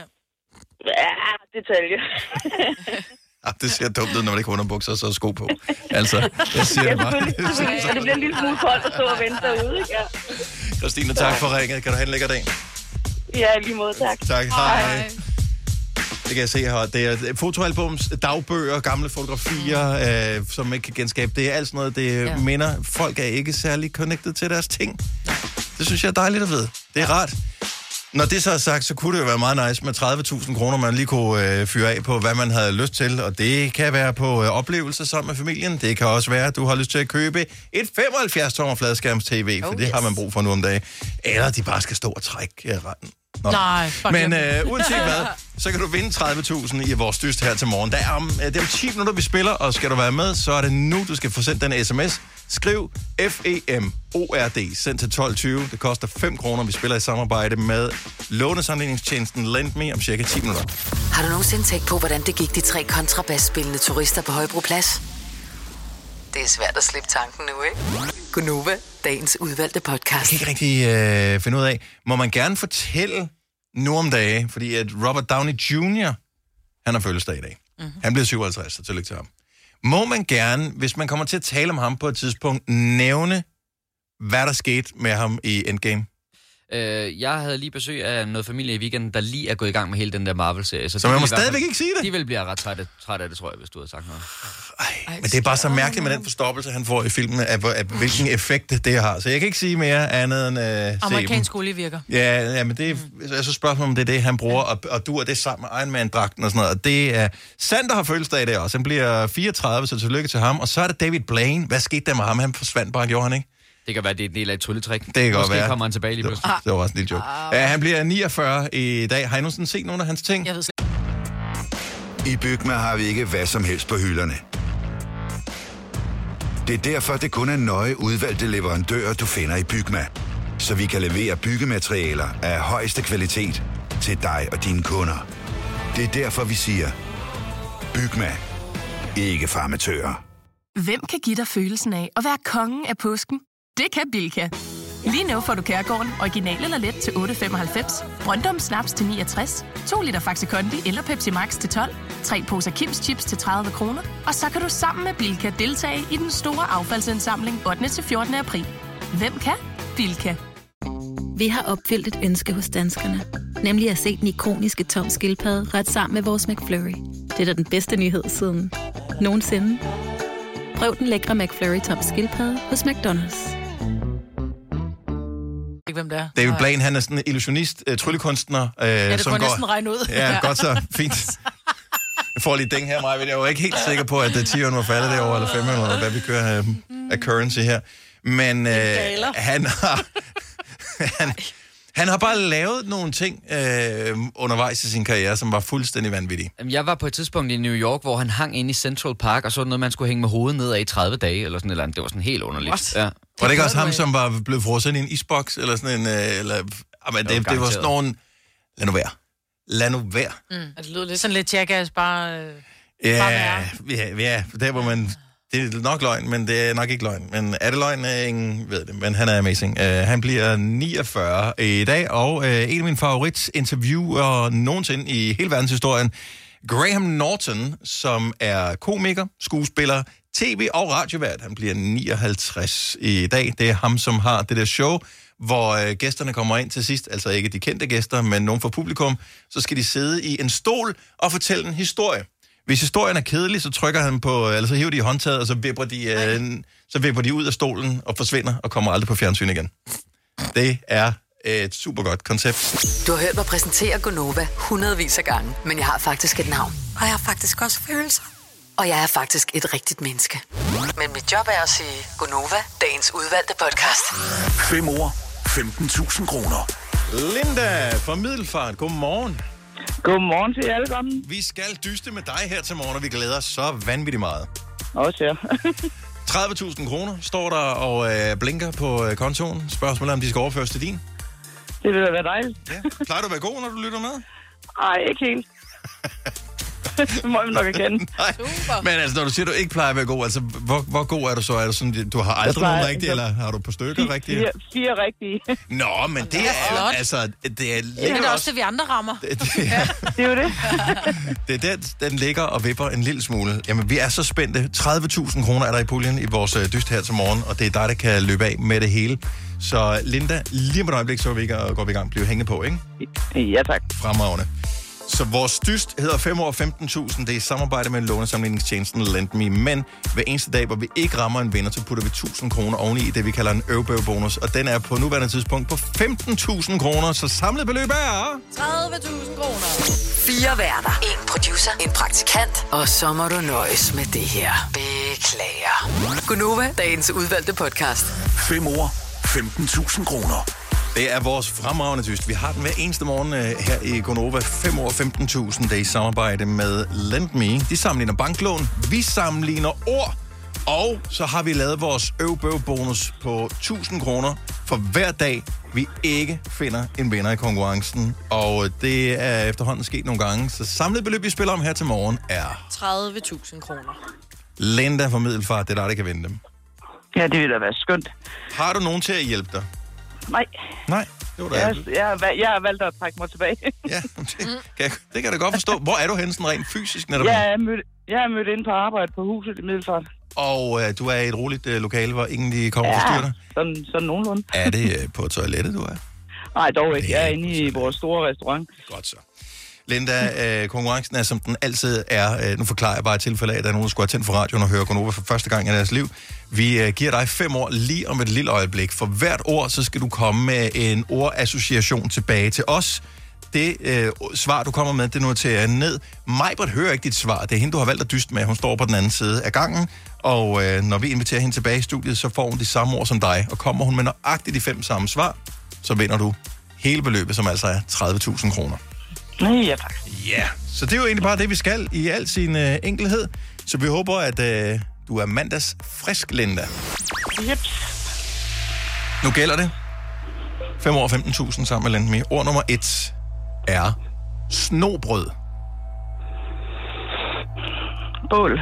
Ja, detalje. Det ser dumt ud, når man ikke har underbukser, og så sko på. Altså, jeg siger det bare. Og det bliver en lille smule koldt at stå og vente derude, ikke? Ja. Christine, tak for ringet. Kan du have en lækker dag? Ja, lige måde, tak. Tak, hej. Det kan jeg se her. Det er fotoalbums, dagbøger, gamle fotografier, som ikke kan genskabe. Det er alt sådan noget, det minder. Folk er ikke særlig connected til deres ting. Det synes jeg er dejligt at vide. Det er rart. Når det så er sagt, så kunne det jo være meget nice med 30.000 kroner, man lige kunne fyre af på, hvad man havde lyst til. Og det kan være på oplevelser sammen med familien. Det kan også være, at du har lyst til at købe et 75-tommer fladskærms-tv, for det har man brug for nu om dagen. Eller de bare skal stå og trække retten. Nej, men uanset hvad, så kan du vinde 30.000 i vores dyst her til morgen. Det er om 10 minutter, vi spiller, og skal du være med, så er det nu, du skal få sendt den sms. Skriv FEMORD, send til 1220. Det koster 5 kroner. Vi spiller i samarbejde med lånesamligningstjenesten LendMe om cirka 10 minutter. Har du nogensinde tænkt på, hvordan det gik de 3 kontrabasspillende turister på Højbroplads? Det er svært at slippe tanken nu, ikke? Gunova, dagens udvalgte podcast. Jeg kan ikke rigtig finde ud af, må man gerne fortælle nu om dage, fordi at Robert Downey Jr., han har fødselsdag i dag. Mm-hmm. Han bliver 57, så tillykke til ham. Må man gerne, hvis man kommer til at tale om ham på et tidspunkt, nævne, hvad der skete med ham i Endgame? Jeg havde lige besøg af noget familie i weekenden, der lige er gået i gang med hele den der Marvel-serie. Så man må stadigvæk ikke sige det? De vil blive ret træt af det, tror jeg, hvis du havde sagt noget. Men det er bare så mærkeligt med den forstoppelse, han får i filmen, af hvilken effekt det har. Så jeg kan ikke sige mere andet end amerikansk olie virker. Ja, men det er så spørgsmålet, om det er det, han bruger, og du er det sammen med Iron Man-dragten og sådan noget. Og det er Sander har fødselsdag i dag også. Han bliver 34, så tillykke til ham. Og så er det David Blaine. Hvad skete der med ham? Han forsvandt bare, gjorde han ikke? Det kan være, det er en del af et trylletrik. Det kan godt være. Måske kommer han tilbage lige pludselig. Det var også en lille joke. Han bliver 49 i dag. Har I nogensinde set nogle af hans ting? Jeg ved I Bygma har vi ikke hvad som helst på hylderne. Det er derfor, det kun er nøje udvalgte leverandører, du finder i Bygma. Så vi kan levere byggematerialer af højeste kvalitet til dig og dine kunder. Det er derfor, vi siger, Bygma. Ikke farmatører. Hvem kan give dig følelsen af at være kongen af påsken? Det kan Bilka. Lige nu får du Kærgården original eller let til 8,95, Brøndum Snaps til 69, 2 liter Faxi Kondi eller Pepsi Max til 12, 3 poser Kims Chips til 30 kroner, og så kan du sammen med Bilka deltage i den store affaldsindsamling 8. til 14. april. Hvem kan? Bilka. Vi har opfyldt et ønske hos danskerne, nemlig at se den ikoniske Tom Skildpadde ret sammen med vores McFlurry. Det er da den bedste nyhed siden nogensinde. Prøv den lækre McFlurry Tom Skildpadde hos McDonald's. Hvem det er. David Blaine, han er sådan en illusionist, tryllekunstner. Det som går næsten regne ud. Ja, godt så. Fint. Jeg får lige ding her, Maja. Jeg er jo ikke helt sikker på, at 10'eren var faldet derovre, eller 5'eren, eller hvad vi kører af currency her. Men Han har bare lavet nogle ting undervejs i sin karriere, som var fuldstændig vanvittige. Jeg var på et tidspunkt i New York, hvor han hang inde i Central Park, og så noget, man skulle hænge med hovedet nedad i 30 dage, eller sådan et eller andet. Det var sådan helt underligt. Ja. Var det ikke også ham, som var blevet frosset i en isboks, eller sådan en... det var sådan nogen... Lad nu være. Det lyder lidt sådan lidt Jackass, bare... Ja, der hvor man... Det er nok løgn, men det er nok ikke løgn. Men er det løgn? Ingen ved det, men han er amazing. Han bliver 49 i dag, og en af mine favoritinterviewer nogensinde i hele verdenshistorien, Graham Norton, som er komiker, skuespiller, tv- og radiovært. Han bliver 59 i dag. Det er ham, som har det der show, hvor gæsterne kommer ind til sidst, altså ikke de kendte gæster, men nogen fra publikum, så skal de sidde i en stol og fortælle en historie. Hvis historien er kedelig, så trykker han på, eller så hiver de i håndtaget, og så vipper de ud af stolen og forsvinder og kommer aldrig på fjernsyn igen. Det er et super godt koncept. Du har hørt mig præsentere Gonova hundredvis af gange, men jeg har faktisk et navn. Og jeg har faktisk også følelser. Og jeg er faktisk et rigtigt menneske. Men mit job er at sige Gonova, dagens udvalgte podcast. 5 år, 15.000 kroner. Linda fra Middelfart, godmorgen. Godmorgen til jer alle sammen. Vi skal dyste med dig her til morgen, og vi glæder os så vanvittigt meget. Også ja. 30.000 kroner står der og blinker på kontoen. Spørgsmålet er, om de skal overføres til din. Det vil da være dejligt. Ja. Plejer du at være god, når du lytter med? Nej, ikke helt. Det må vi nok erkende. Men altså, når du siger, at du ikke plejer at være god, altså, hvor god er du så? Er du sådan, du har aldrig nogen rigtige, eller har du på stykker rigtige? 4 rigtige. Nå, men det er flot. altså, det er Det er også det, vi andre rammer. Det er jo det. Det er den ligger og vipper en lille smule. Jamen, vi er så spændte. 30.000 kroner er der i puljen i vores dyst her til morgen, og det er dig, der kan løbe af med det hele. Så Linda, lige om et øjeblik, så går vi i gang. Bliv hængende på, ikke? Ja, tak. Fremragende. Så vores dyst hedder 5 år 15.000. Det er i samarbejde med lånesamligningstjenesten LendMe. Men hver eneste dag, hvor vi ikke rammer en vinder, så putter vi 1.000 kroner oveni i det, vi kalder en øvbøvbonus. Og den er på nuværende tidspunkt på 15.000 kroner. Så samlet beløb er... 30.000 kroner. 4 værter. 1 producer. 1 praktikant. Og så må du nøjes med det her. Beklager. Gonova, dagens udvalgte podcast. 5 år, 15.000 kroner. Det er vores fremragende dyst. Vi har den hver eneste morgen her i Gonova. 5 år 15.000. Det er i samarbejde med LendMe. De sammenligner banklån. Vi sammenligner ord. Og så har vi lavet vores øvbøv-bonus på 1.000 kroner for hver dag, vi ikke finder en vinder i konkurrencen. Og det er efterhånden sket nogle gange. Så samlet beløb, vi spiller om her til morgen, er... 30.000 kroner. Linda fra Middelfart, det er dig, der kan vinde dem. Ja, det vil da være skønt. Har du nogen til at hjælpe dig? Nej, det var da jeg har valgt at trække mig tilbage. Ja, det kan jeg da godt forstå. Hvor er du henne sådan rent fysisk? Netop? Jeg er mødt ind på arbejde på huset i Middelfart. Og du er i et roligt lokale, hvor ingen de kommer og forstyrrer dig? Sådan nogenlunde. Er det på toilettet, du er? Nej, dog ikke. Jeg er inde i vores store restaurant. Godt så. Linda, konkurrencen er, som den altid er. Nu forklarer jeg bare et tilfælde af, at der er nogen, der skulle have tændt for radioen og høre Gonova for første gang i deres liv. Vi giver dig 5 år lige om et lille øjeblik. For hvert ord, så skal du komme med en ordassociation tilbage til os. Det svar, du kommer med, det noterer jeg ned. Majbert hører ikke dit svar. Det er hende, du har valgt at dyste med. Hun står på den anden side af gangen. Og når vi inviterer hende tilbage i studiet, så får hun de samme ord som dig. Og kommer hun med nøjagtigt de 5 samme svar, så vinder du hele beløbet, som altså er 30.000 kroner. Ja, tak. Ja, så det er jo egentlig bare det, vi skal i al sin enkelhed. Så vi håber, at du er mandags frisk, Linda. Yep. Nu gælder det. 5 år 15.000 sammen med LendMe. Ord nummer 1 er snobrød. Bål.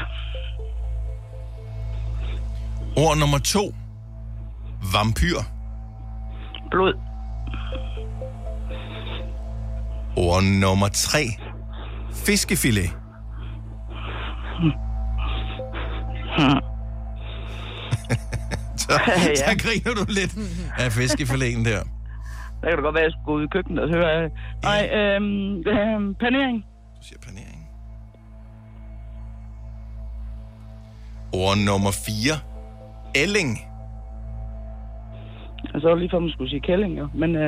Ord nummer 2. Vampyr. Blod. Ord nummer 3. Fiskefilet. så griner du lidt af fiskefileten der. Der kan det godt være, at jeg skulle gå ud i køkkenet og høre. Nej, panering. Du siger panering. Ord nummer 4. Ælling. Jeg så lige for, at man skulle sige kælling, jo. Men,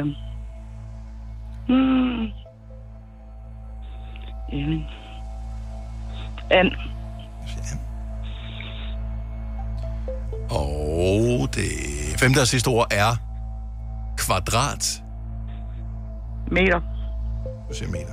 Ælling. And. Og det 5. og sidste ord er kvadrat. Meter. Du siger meter.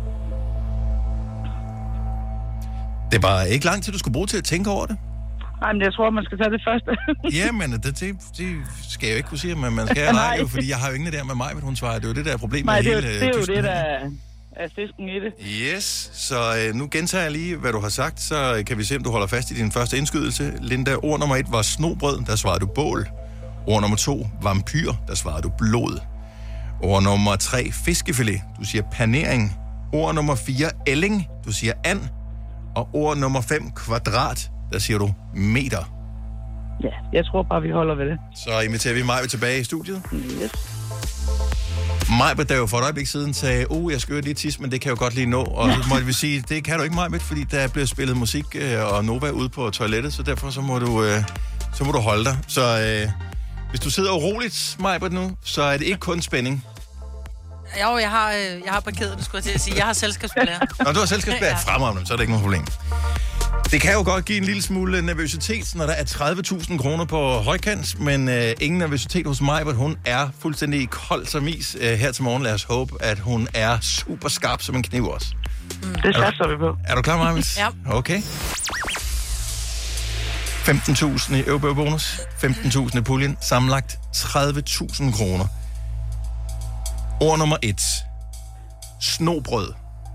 Det var ikke lang tid, du skulle bruge til at tænke over det. Nej, men jeg tror, man skal tage det første. Ja, men det skal jeg jo ikke kunne sige, men man skal nej, jo, fordi jeg har jo ingen der med mig, men hun svarer. Det er jo det, der er problemet med hele det er jo det, der er fisken i det. Yes, så nu gentager jeg lige, hvad du har sagt, så kan vi se, om du holder fast i din første indskydelse. Linda, ord nummer 1 var snobrød, der svarede du bål. Ord nummer 2, vampyr, der svarede du blod. Ord nummer 3, fiskefilet, du siger panering. Ord nummer 4, ælling, du siger and. Og ord nummer 5, kvadrat, der siger du meter. Ja, jeg tror bare, vi holder ved det. Så inviterer vi Majbe tilbage i studiet. Yes. Majbe, der jo for et øjeblik siden sagde, jeg skal lige tisse, men det kan jeg jo godt lige nå. Og så måtte vi sige, det kan du ikke, Majbe, fordi der bliver spillet musik og Nova ude på toilettet, så derfor så må du holde dig. Så hvis du sidder uroligt, Majbe, nu, så er det ikke kun spænding. Jo, jeg har parkeret, skulle jeg til at sige. Jeg har selskabsblære. Nå, du har selskabsblære? Ja. Fremragende, så er det ikke noget problem. Det kan jo godt give en lille smule nervøsitet, når der er 30.000 kroner på højkant, men ingen nervøsitet hos mig, hun er fuldstændig kold som is her til morgen. Lad os håbe, at hun er super skarp som en kniv også. Det satser vi på. Er du klar, Marvis? Ja. Okay. 15.000 i øvebøvebonus, 15.000 i puljen, sammenlagt 30.000 kroner. Ord nummer 1. Snobrød.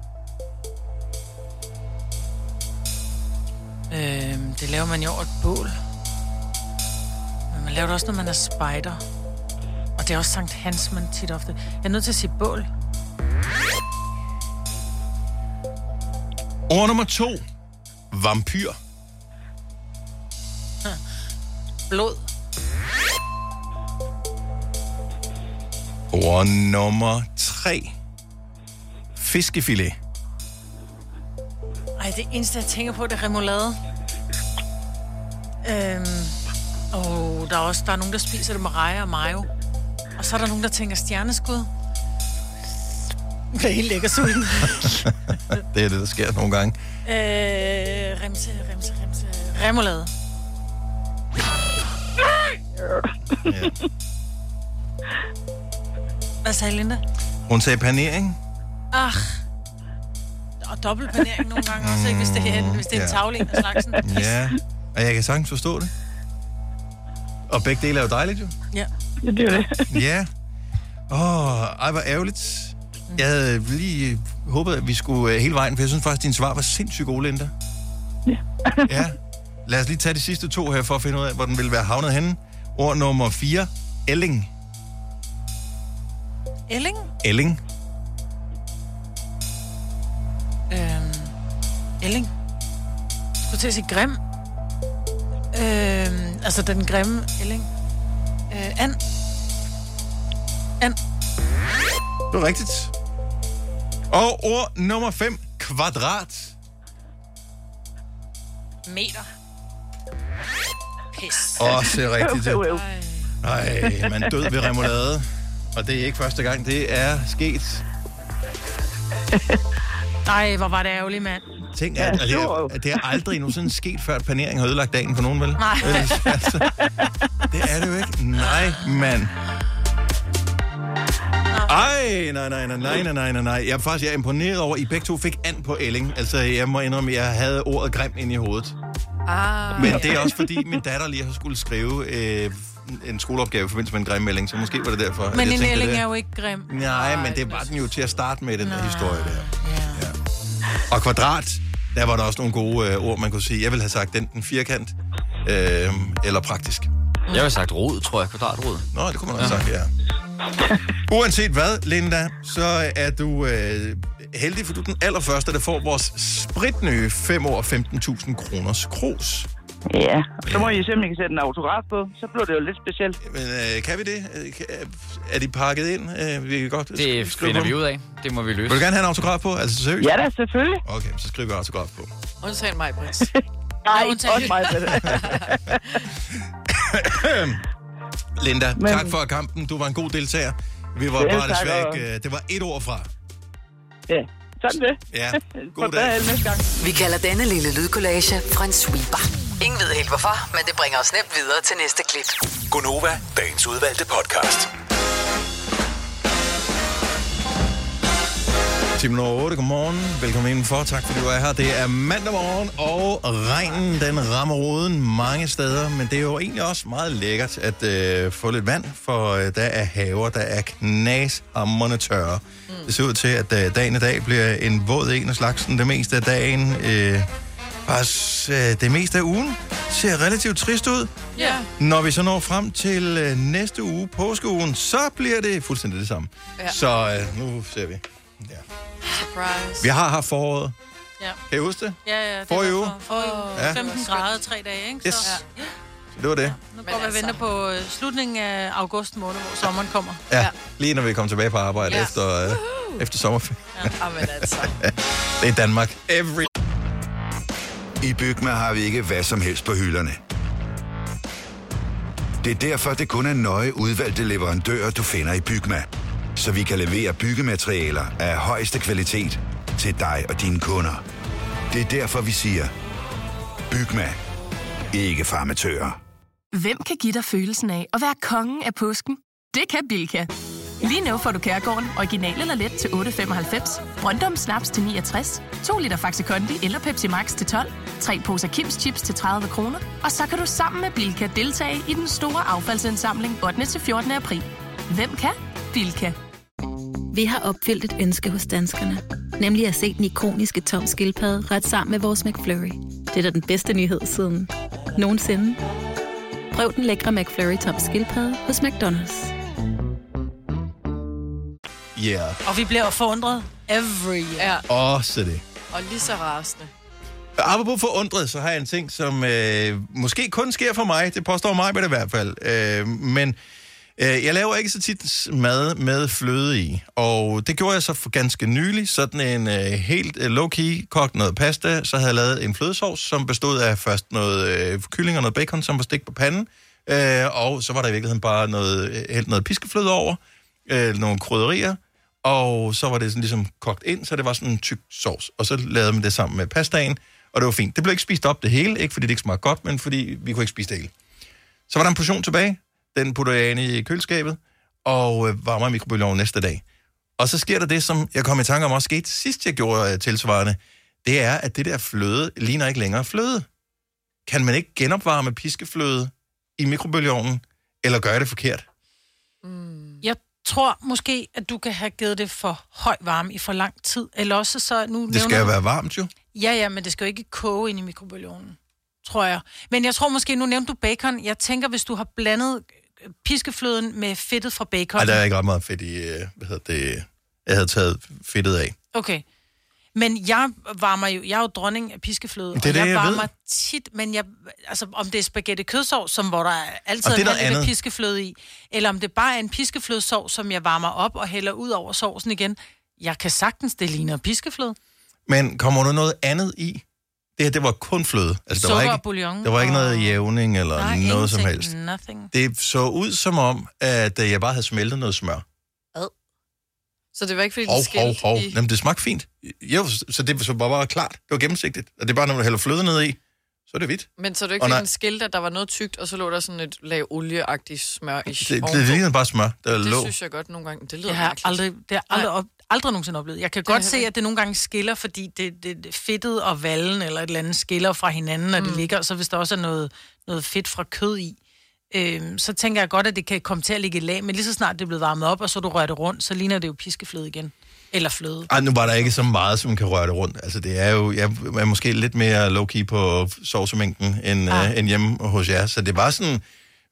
Det laver man jo over et bål. Men man laver det også, når man er spejder. Og det er også Sankt Hans, man tit ofte. Jeg er nødt til at sige bål. Ord nummer 2. Vampyr. Blod. Ord nummer 3. Fiskefilet. Ej, det eneste, jeg tænker på, det er remoulade. Der er nogen, der spiser det med rejer og mayo. Og så er der nogen, der tænker stjerneskud. Det er helt lækkert sulten. Det er det, der sker nogle gange. Remse. Remoulade. Ja. Hvad sagde Linda? Hun sagde panering. Og dobbeltpanering nogle gange også, ikke? Hvis det er en tavling af slagsen. Ja, og jeg kan sagtens forstå det. Og begge dele er jo dejligt, jo. Ja. Det er det. Ja. Hvor ærgerligt. Jeg havde lige håbet, at vi skulle hele vejen, for jeg synes faktisk, din svar var sindssygt god, Linda. Ja. Lad os lige tage de sidste 2 her, for at finde ud af, hvor den ville være havnet henne. Ord nummer 4. Ælling. Ælling? Ælling. Ælling. Skulle til at sige grim. Altså den grimme ælling. And. Det er rigtigt. Og ord nummer 5. Kvadrat. Meter. Pis. Også rigtigt. Nej, man død ved remoulade. Og det er ikke første gang, det er sket. Nej, hvor var det ærgerligt, mand. Tænk, at det er aldrig nogensinde sket, før at panering har ødelagt dagen for nogen, vel? Nej. Altså, det er det jo ikke. Nej, mand. Ej, nej. Jeg er imponeret over, at I begge to fik and på ælling. Altså, jeg må indrømme, at jeg havde ordet grim ind i hovedet. Men det er også fordi, min datter lige har skulle skrive en skoleopgave i forbindelse med en grim ælling, så måske var det derfor. Men en ælling er jo ikke grim. Nej, men det var den jo til at starte med, den der historie der. Ja. Og kvadrat, der var der også nogle gode ord, man kunne sige. Jeg ville have sagt enten firkant eller praktisk. Jeg ville have sagt rod, tror jeg, kvadratrod. Nå, det kunne man have sagt, ja. Uanset hvad, Linda, så er du heldig, for du er den allerførste, der får vores spritnye 5 år 15.000 kroners krus. Ja, så må I simpelthen ikke sætte en autograf på. Så bliver det jo lidt specielt. Men kan vi det? Er de pakket ind? Vi kan godt det finder vi ud af. Det må vi løse. Vil du gerne have en autograf på? Altså seriøst? Ja da, selvfølgelig. Okay, så skriver vi autograf på. Undtagen mig, Britt. Nej, også mig, Linda, tak for kampen. Du var en god deltager. Vi var bare desværre ikke... Det var 1 ord fra. Ja, sådan det. Ja, god dag. Vi kalder denne lille lydkollage en sweeper. Ingen ved helt hvorfor, men det bringer os nemt videre til næste klip. Gonova, dagens udvalgte podcast. 7:08. Godmorgen. Velkommen indenfor. Tak fordi du er her. Det er mandag morgen, og regnen den rammer roden mange steder, men det er jo egentlig også meget lækkert at få lidt vand, for der er haver, der er knashamrende tørre. Det ser ud til, at dagen i dag bliver en våd en af slagsen. Det meste af dagen, det meste af ugen, ser relativt trist ud. Ja. Når vi så når frem til næste uge, påskeugen, så bliver det fuldstændig det samme. Ja. Så nu ser vi. Ja. Surprise. Vi har haft foråret. Ja. Kan I huske det? Ja, det Forrige uge? Forrige uge. Ja. 15 grader 3 dage, ikke? Yes. Så, ja. Så det var det. Nu går vi og venter på slutningen af august måned, hvor sommeren kommer. Ja, lige når vi kommer tilbage på arbejde efter sommerferien. Ja, men altså. Det er Danmark. I Bygma har vi ikke hvad som helst på hylderne. Det er derfor, det kun er nøje udvalgte leverandører, du finder i Bygma. Så vi kan levere byggematerialer af højeste kvalitet til dig og dine kunder. Det er derfor, vi siger, Bygma. Ikke for amatører. Hvem kan give dig følelsen af at være kongen af påsken? Det kan Bilka. Lige nu får du Kærgården original eller let til 8,95, Brøndum Snaps til 69, 2 liter Faxi Kondi eller Pepsi Max til 12, 3 poser Kims Chips til 30 kroner, og så kan du sammen med Bilka deltage i den store affaldsindsamling 8. til 14. april. Hvem kan? Bilka. Vi har opfyldt et ønske hos danskerne. Nemlig at se den ikoniske Tom Skildpadde ret sammen med vores McFlurry. Det er da den bedste nyhed siden nogensinde. Prøv den lækre McFlurry Tom Skildpadde hos McDonald's. Yeah. Og vi bliver forundret every year. Ja. Også det. Og lige så rasende. Apropos forundret, så har jeg en ting, som måske kun sker for mig. Det påstår mig med det i hvert fald. Men jeg laver ikke så tit mad med fløde i. Og det gjorde jeg så for ganske nylig. Sådan en helt low-key kogt noget pasta. Så havde jeg lavet en flødesovs, som bestod af først noget kylling og noget bacon, som var stegt på panden. Og så var der i virkeligheden bare noget piskefløde over. Nogle krydderier. Og så var det sådan ligesom kogt ind, så det var sådan en tyk sovs. Og så lavede man det sammen med pastaen, og det var fint. Det blev ikke spist op det hele, ikke fordi det ikke smagte godt, men fordi vi kunne ikke spise det hele. Så var der en portion tilbage, den putter jeg ind i køleskabet, og varmer i mikrobølgeovnen næste dag. Og så sker der det, som jeg kom i tanke om også skete sidst, jeg gjorde tilsvarende. Det er, at det der fløde ligner ikke længere fløde. Kan man ikke genopvarme piskefløde i mikrobølgeovnen, eller gøre det forkert? Jeg tror måske, at du kan have givet det for høj varme i for lang tid. Eller også så... Det skal jo være varmt, jo. Ja, men det skal jo ikke koge ind i mikrobølgeovnen, tror jeg. Men jeg tror måske, nu nævnte du bacon. Jeg tænker, hvis du har blandet piskefløden med fedtet fra bacon... Nej, der er ikke ret meget fedt i... Jeg havde taget fedtet af. Okay. Men jeg er jo dronning af piskefløde, det er og jeg det, jeg varmer ved. tit, men om det er spaghetti kødsovs, hvor der altid Og det er er noget lidt piskefløde i, eller om det bare er en piskeflødesovs, som jeg varmer op og hælder ud over sovsen igen. Jeg kan sagtens, det ligner piskefløde. Men kommer der noget andet i? Det her, det var kun fløde. Altså, Sukker der var og bouillon. Der var ikke noget jævning eller noget som helst. Nothing. Det så ud som om, at jeg bare havde smeltet noget smør. Så det var ikke, fordi det skilte i... Jamen, det smagte fint. Jo, så det var bare klart. Det var gennemsigtigt. Og det er bare, når du hælder fløde ned i, så er det hvidt. Men så er det ikke, fordi den skilte, at der var noget tykt, og så lå der sådan et lag olieagtigt smør i Det lignede bare smør, der det lå. synes jeg godt nogle gange. Det lyder Jeg har aldrig nogensinde oplevet. Jeg kan godt se, rigtigt. at det nogle gange skiller, fordi det fedtet og vallen eller et eller andet skiller fra hinanden, når det ligger. Og så hvis der også er noget fedt fra kød i, så tænker jeg godt, at det kan komme til at ligge i lag. Men lige så snart det er blevet varmet op, og så du rører det rundt, så ligner det jo piskefløde igen. Eller fløde. Ej, nu var der ikke så meget, som kan røre det rundt. Altså, det er jo... Jeg er måske lidt mere low-key på sovsemængden end hjemme hos jer. Så det var sådan...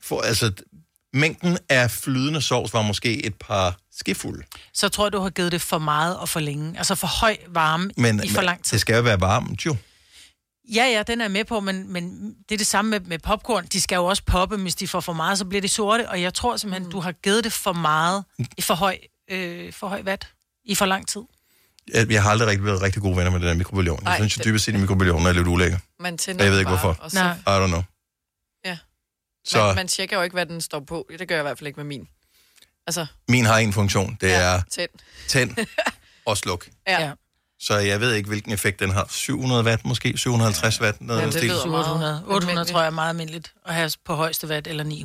mængden af flydende sovs var måske et par skefulde. Så tror jeg, du har givet det for meget og for længe. Altså for høj varme i for lang tid. Det skal jo være varmt, jo. Ja, den er med på, men det er det samme med popcorn. De skal jo også poppe, hvis de får for meget, så bliver de sorte. Og jeg tror simpelthen, du har givet det for meget i for høj vat i for lang tid. Jeg har aldrig rigtig været rigtig gode venner med den der mikrobølgeovn. Jeg synes jo dybest set, at mikrobølgeovnen er lidt ulækker. Man tænder jeg ved ikke, bare, hvorfor. Og så... I don't know. Ja. Så... Man tjekker jo ikke, hvad den står på. Det gør jeg i hvert fald ikke med min. Altså... Min har en funktion. Det er tænd og sluk. Ja. Så jeg ved ikke, hvilken effekt den har. 700 watt måske? 750 watt? Noget det lyder 800 tror jeg er meget almindeligt at have på højeste watt eller 900.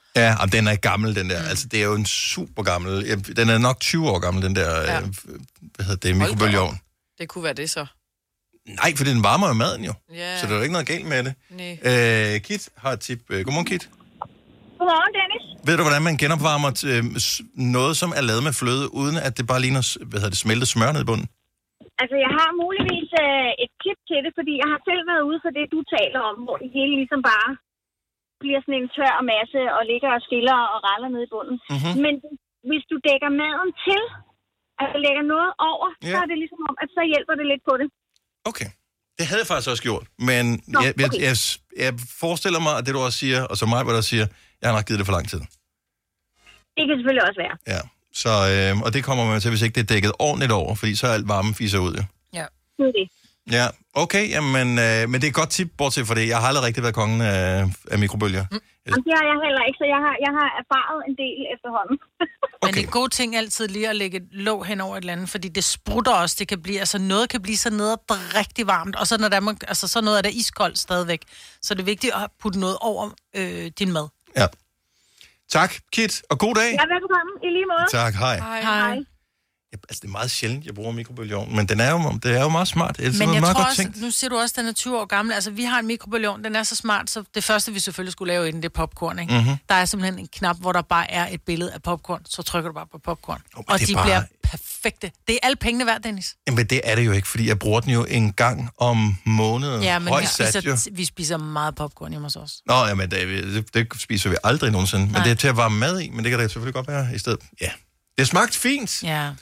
Ja, og den er gammel, den der. Altså, det er jo en super gammel. Den er nok 20 år gammel, den der, hvad hedder det, mikrobølgeovn. Det kunne være det så. Nej, for den varmer jo maden jo. Yeah. Så der er jo ikke noget galt med det. Kit har et tip. Godmorgen, Kit. Godmorgen, Dennis. Ved du, hvordan man genopvarmer noget, som er lavet med fløde, uden at det bare ligner, smeltet smør ned i bunden? Altså, jeg har muligvis et tip til det, fordi jeg har selv været ude for det, du taler om, hvor det hele ligesom bare bliver sådan en tør masse og ligger og skiller og raller ned i bunden. Mm-hmm. Men hvis du dækker maden til, altså lægger noget over, så er det ligesom om, at så hjælper det lidt på det. Okay. Det havde jeg faktisk også gjort, men jeg forestiller mig, at det du også siger, og som mig, hvad der siger, jeg har nok givet det for lang tid. Det kan selvfølgelig også være. Ja, så, og det kommer man til, hvis ikke det er dækket ordentligt over, fordi så er alt varmen fiser ud, jo. Ja. Det er det. Ja, okay, jamen, men det er et godt tip, bortset fra det. Jeg har aldrig rigtig været kongen af mikrobølger. Jamen, det har jeg heller ikke, så jeg har erfaret en del efterhånden. Men det er en god ting altid lige at lægge et låg hen over et eller andet, fordi det sprutter også. Det kan blive, altså noget kan blive så nede og rigtig varmt, og så når der, altså så noget af det iskoldt stadigvæk. Så det er vigtigt at putte noget over din mad. Ja. Tak, Kit, og god dag. Ja, velkommen. I lige måde. Tak, hej. Hej. Altså, det er meget sjældent, jeg bruger mikrobølgeovn, men det er jo meget smart. Det er Men jeg meget tror godt også, tænkt. nu siger du også, at den er 20 år gammel. Altså, vi har en mikrobølgeovn, den er så smart, så det første, vi selvfølgelig skulle lave i den, det er popcorn, ikke? Mm-hmm. Der er simpelthen en knap, hvor der bare er et billede af popcorn, så trykker du bare på popcorn. Og de bare... bliver perfekte. Det er alle pengene værd, Dennis. Jamen, det er det jo ikke, fordi jeg bruger den jo en gang om måneden. Ja, men højst vi spiser meget popcorn hjemme hos os. Nå, jamen, det spiser vi aldrig nogensinde. Men det er til at varme mad i, men det kan det selvfølgelig godt være i stedet. Ja. Det smagte fint. Ja.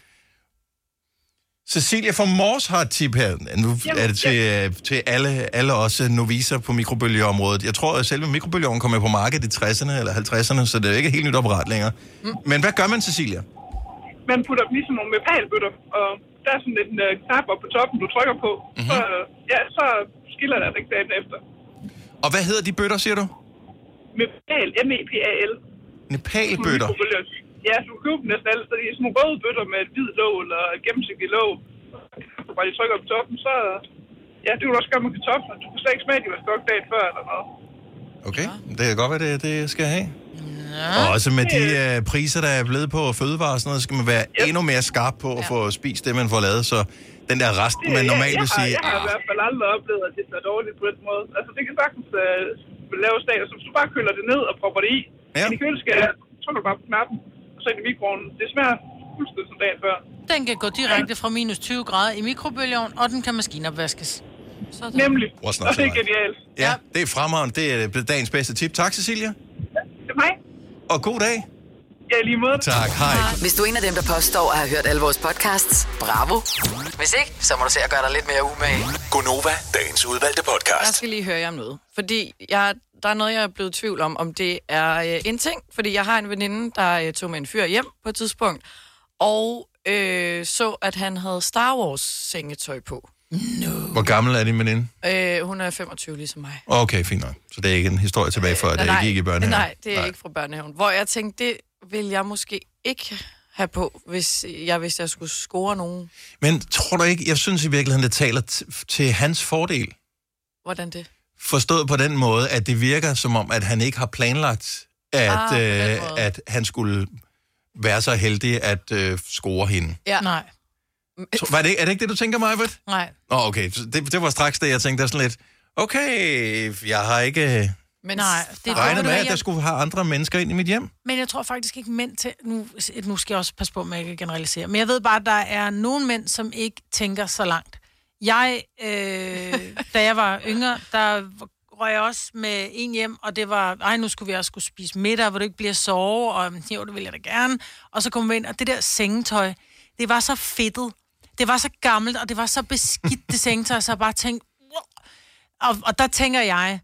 Cecilia fra Mors har et tip her. Nu er det til alle os noviser på mikrobølgeområdet. Jeg tror, at selve mikrobølgeovnen kom på markedet i 60'erne eller 50'erne, så det er ikke helt nyt apparat længere. Men hvad gør man, Cecilia? Man putter dem i sådan nogle metalbøtter, og der er sådan en knap oppe på toppen, du trykker på. Mm-hmm. Så skiller der ikke dagen efter. Og hvad hedder de bøtter, siger du? Mepal, M-E-P-A-L. Nepalbøtter? Ja, du kan købe dem næsten alle steder. De er sådan nogle røde bøtter med et hvid låg eller et gennemsigtigt låg. Så bare de trykker på toppen, så... Ja, det kan du også gøre med kartofler. Du kan slet ikke smage, de var stokt dagen før eller noget. Okay, det kan godt være, det skal jeg have. Ja. Og også med de priser, der er blevet på fødevarer og sådan noget, skal man være endnu mere skarp på at få spist det, man får lavet. Så den der rest, man normalt vil sige... Jeg har i hvert fald aldrig oplevet, at det er dårligt på den måde. Altså, det kan sagtens laves dag. Så hvis du bare køler det ned og propper det i i køleskabet, så trykker du bare på knappen. Så ind i mikroovnen. Det smager fuldstændig som dagen før. Den kan gå direkte fra minus 20 grader i mikrobølgeovn, og den kan maskinopvaskes. Nemlig. Og det er genialt. Ja, det er fremragende. Det er dagens bedste tip. Tak, Cecilia. Ja, det er mig. Og god dag. Ja, lige måde. Tak, hej. Hvis du er en af dem, der påstår at have hørt alle vores podcasts, bravo. Hvis ikke, så må du se at gøre dig lidt mere umage. Gonova, dagens udvalgte podcast. Jeg skal lige høre jer om noget. Fordi der er noget, jeg er blevet i tvivl om det er en ting. Fordi jeg har en veninde, der tog med en fyr hjem på et tidspunkt, og så, at han havde Star Wars sengetøj på. No. Hvor gammel er din veninde? Hun er 25, ligesom mig. Okay, fint nok. Så det er ikke en historie tilbage før, det gik i børnehaven? Nej, det er ikke fra børnehaven. Hvor jeg tænkte, det vil jeg måske ikke have på, hvis jeg skulle score nogen. Men tror du ikke, jeg synes i virkeligheden, det taler til hans fordel? Hvordan det? Forstået på den måde, at det virker som om, at han ikke har planlagt, at han skulle være så heldig at score hende. Ja. Nej. Er det ikke det, du tænker, Majbert? Nej. Okay, det var straks det, jeg tænkte, der sådan lidt, okay, jeg har ikke regnet med, at der skulle have andre mennesker ind i mit hjem. Men jeg tror faktisk ikke mænd til, nu skal jeg også passe på, at jeg ikke generalisere, men jeg ved bare, at der er nogle mænd, som ikke tænker så langt. Da jeg var yngre, der røg jeg også med en hjem, og det var, nu skulle vi også spise middag, hvor du ikke bliver sove, og jo, det vil jeg da gerne. Og så kom vi ind, og det der sengetøj, det var så fedtet. Det var så gammelt, og det var så beskidt, det sengetøj, så jeg bare tænkte, og der tænker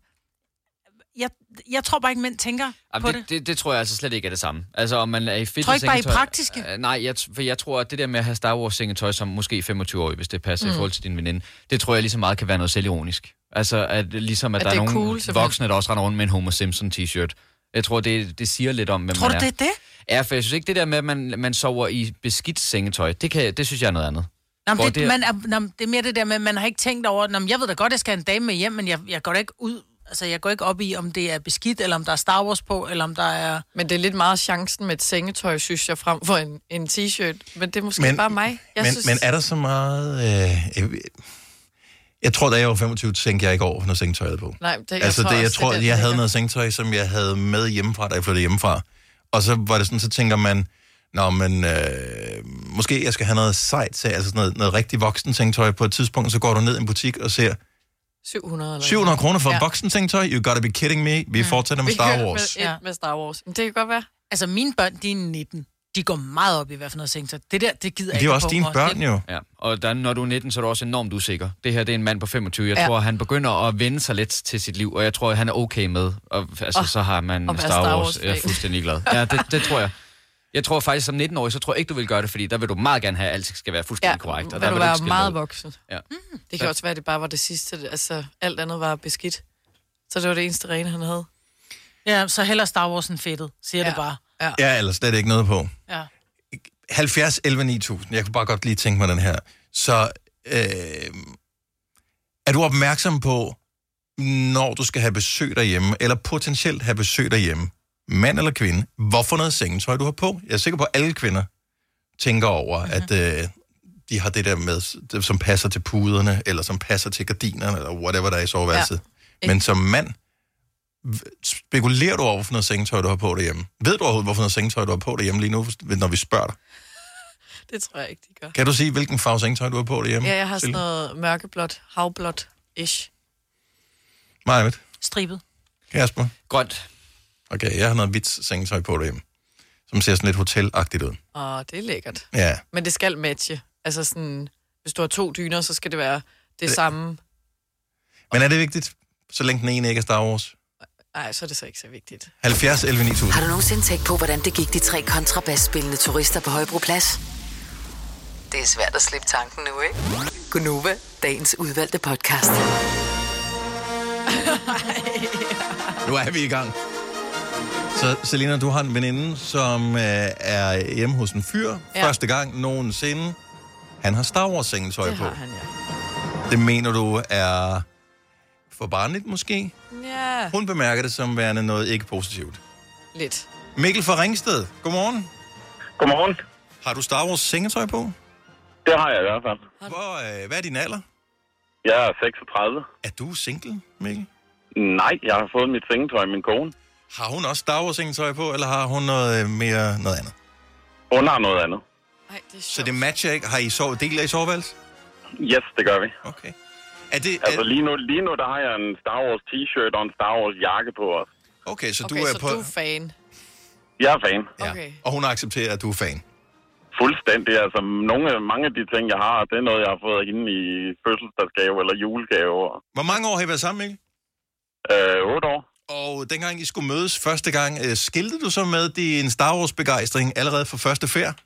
jeg tror bare ikke, mænd tænker på det. Det tror jeg altså slet ikke er det samme. Altså, om man er i fedt tror ikke bare i praktiske? Nej, for jeg tror, at det der med at have Star Wars sengetøj som måske 25-årig, hvis det passer i forhold til din veninde, det tror jeg lige så meget kan være noget selvironisk. Altså, at der er nogle cool, voksne, der også render rundt med en Homer Simpson t-shirt. Jeg tror, det siger lidt om, hvem man er. Tror du, det er det? Ja, for jeg synes ikke, det der med, at man sover i beskidt sengetøj, det synes jeg er noget andet. Det er mere det der med, at man har ikke tænkt over, jeg ved da godt, at jeg skal have en dame med hjem, men jeg går da ikke ud Altså, jeg går ikke op i, om det er beskidt, eller om der er Star Wars på, eller om der er... Men det er lidt meget chancen med et sengetøj, synes jeg, frem for en t-shirt. Men det er måske bare mig. Men er der så meget... Jeg tror, da jeg var 25, tænkte jeg ikke over, når sengetøjet på. Nej, jeg tror, jeg havde noget sengetøj, som jeg havde med hjemmefra, da jeg flyttede hjemmefra. Og så var det sådan, så tænker man, måske jeg skal have noget sejt til, altså sådan noget rigtig voksen sengetøj på et tidspunkt, så går du ned i en butik og ser 700 kroner for et voksen sengetøj. You gotta be kidding me. Vi fortsætter med Star Wars. Med Star Wars. Men det kan godt være. Altså, mine børn, de er 19. De går meget op i, hvad for noget sengetøj. Det gider jeg ikke på. Det er også dine børn, jo. Ja, og når du er 19, så er du også enormt usikker. Det her, det er en mand på 25. Jeg tror, han begynder at vende sig lidt til sit liv, og jeg tror, han er okay med. Og så har man Star Wars. Jeg er fuldstændig glad. Ja, det tror jeg. Jeg tror faktisk, som 19-årig, så tror jeg ikke, du vil gøre det, fordi der vil du meget gerne have, at alt skal være fuldstændig korrekt. Og der vil du være meget voksen. Ja. Det kan også være, at det bare var det sidste. Altså, alt andet var beskidt. Så det var det eneste rene, han havde. Ja, så hellere Star Wars end fedtet, siger det bare. Ja, eller slet ikke noget på. Ja. 70, 11, 9000. Jeg kunne bare godt lige tænke mig den her. Så er du opmærksom på, når du skal have besøg derhjemme, eller potentielt have besøg derhjemme, mand eller kvinde, hvorfor noget sengetøj du har på? Jeg er sikker på, at alle kvinder tænker over, at de har det der med, som passer til puderne, eller som passer til gardinerne, eller whatever der er i soveværelset. Ja. Men som mand, spekulerer du over, hvorfor noget sengetøj du har på derhjemme? Ved du overhovedet, hvorfor noget sengetøj du har på derhjemme lige nu, når vi spørger dig? Det tror jeg ikke, de gør. Kan du sige, hvilken farve sengetøj du har på derhjemme? Ja, jeg har sådan noget mørkeblåt, havblåt-ish. Majbet. Stribet. Kasper. Grønt. Okay, jeg har noget hvidt sengetøj på derhjemme, som ser sådan lidt hotelagtigt ud. Det er lækkert. Ja. Men det skal matche. Altså sådan, hvis du har 2 dyner, så skal det være det samme. Men er det vigtigt, så længe den ene ikke er Star Wars? Nej, så er det så ikke så vigtigt. 70, 11, 9000. Har du nogensinde tænkt på, hvordan det gik de 3 kontrabasspillende turister på Højbroplads? Det er svært at slippe tanken nu, ikke? Gunova, dagens udvalgte podcast. Nu er vi i gang. Så Selina, du har en veninde, som er hjemme hos en fyr. Ja. Første gang nogensinde. Han har Star Wars sengetøj på. Det har han, ja. Det mener du er for barnligt måske? Ja. Hun bemærker det som værende noget ikke positivt. Lidt. Mikkel fra Ringsted, godmorgen. Godmorgen. Har du Star Wars sengetøj på? Det har jeg i hvert fald. Hvad er din alder? Jeg er 36. Er du single, Mikkel? Nej, jeg har fået mit sengetøj af min kone. Har hun også Star Wars sengetøj på, eller har hun noget andet? Hun har noget andet. Ej, det er så det matcher ikke? Har I deler i soveværelse? Yes, det gør vi. Okay. Lige nu, der har jeg en Star Wars t-shirt og en Star Wars jakke på os. Okay, så du er du er fan? Jeg er fan. Ja. Okay. Og hun accepterer, at du er fan? Fuldstændig. Altså, mange af de ting, jeg har, det er noget, jeg har fået inde i fødselsdagsgave eller julegave. Hvor mange år har I været sammen, Mikkel? 8 år. Og dengang I skulle mødes første gang, skilte du så med din Star Wars-begejstring allerede fra første færd?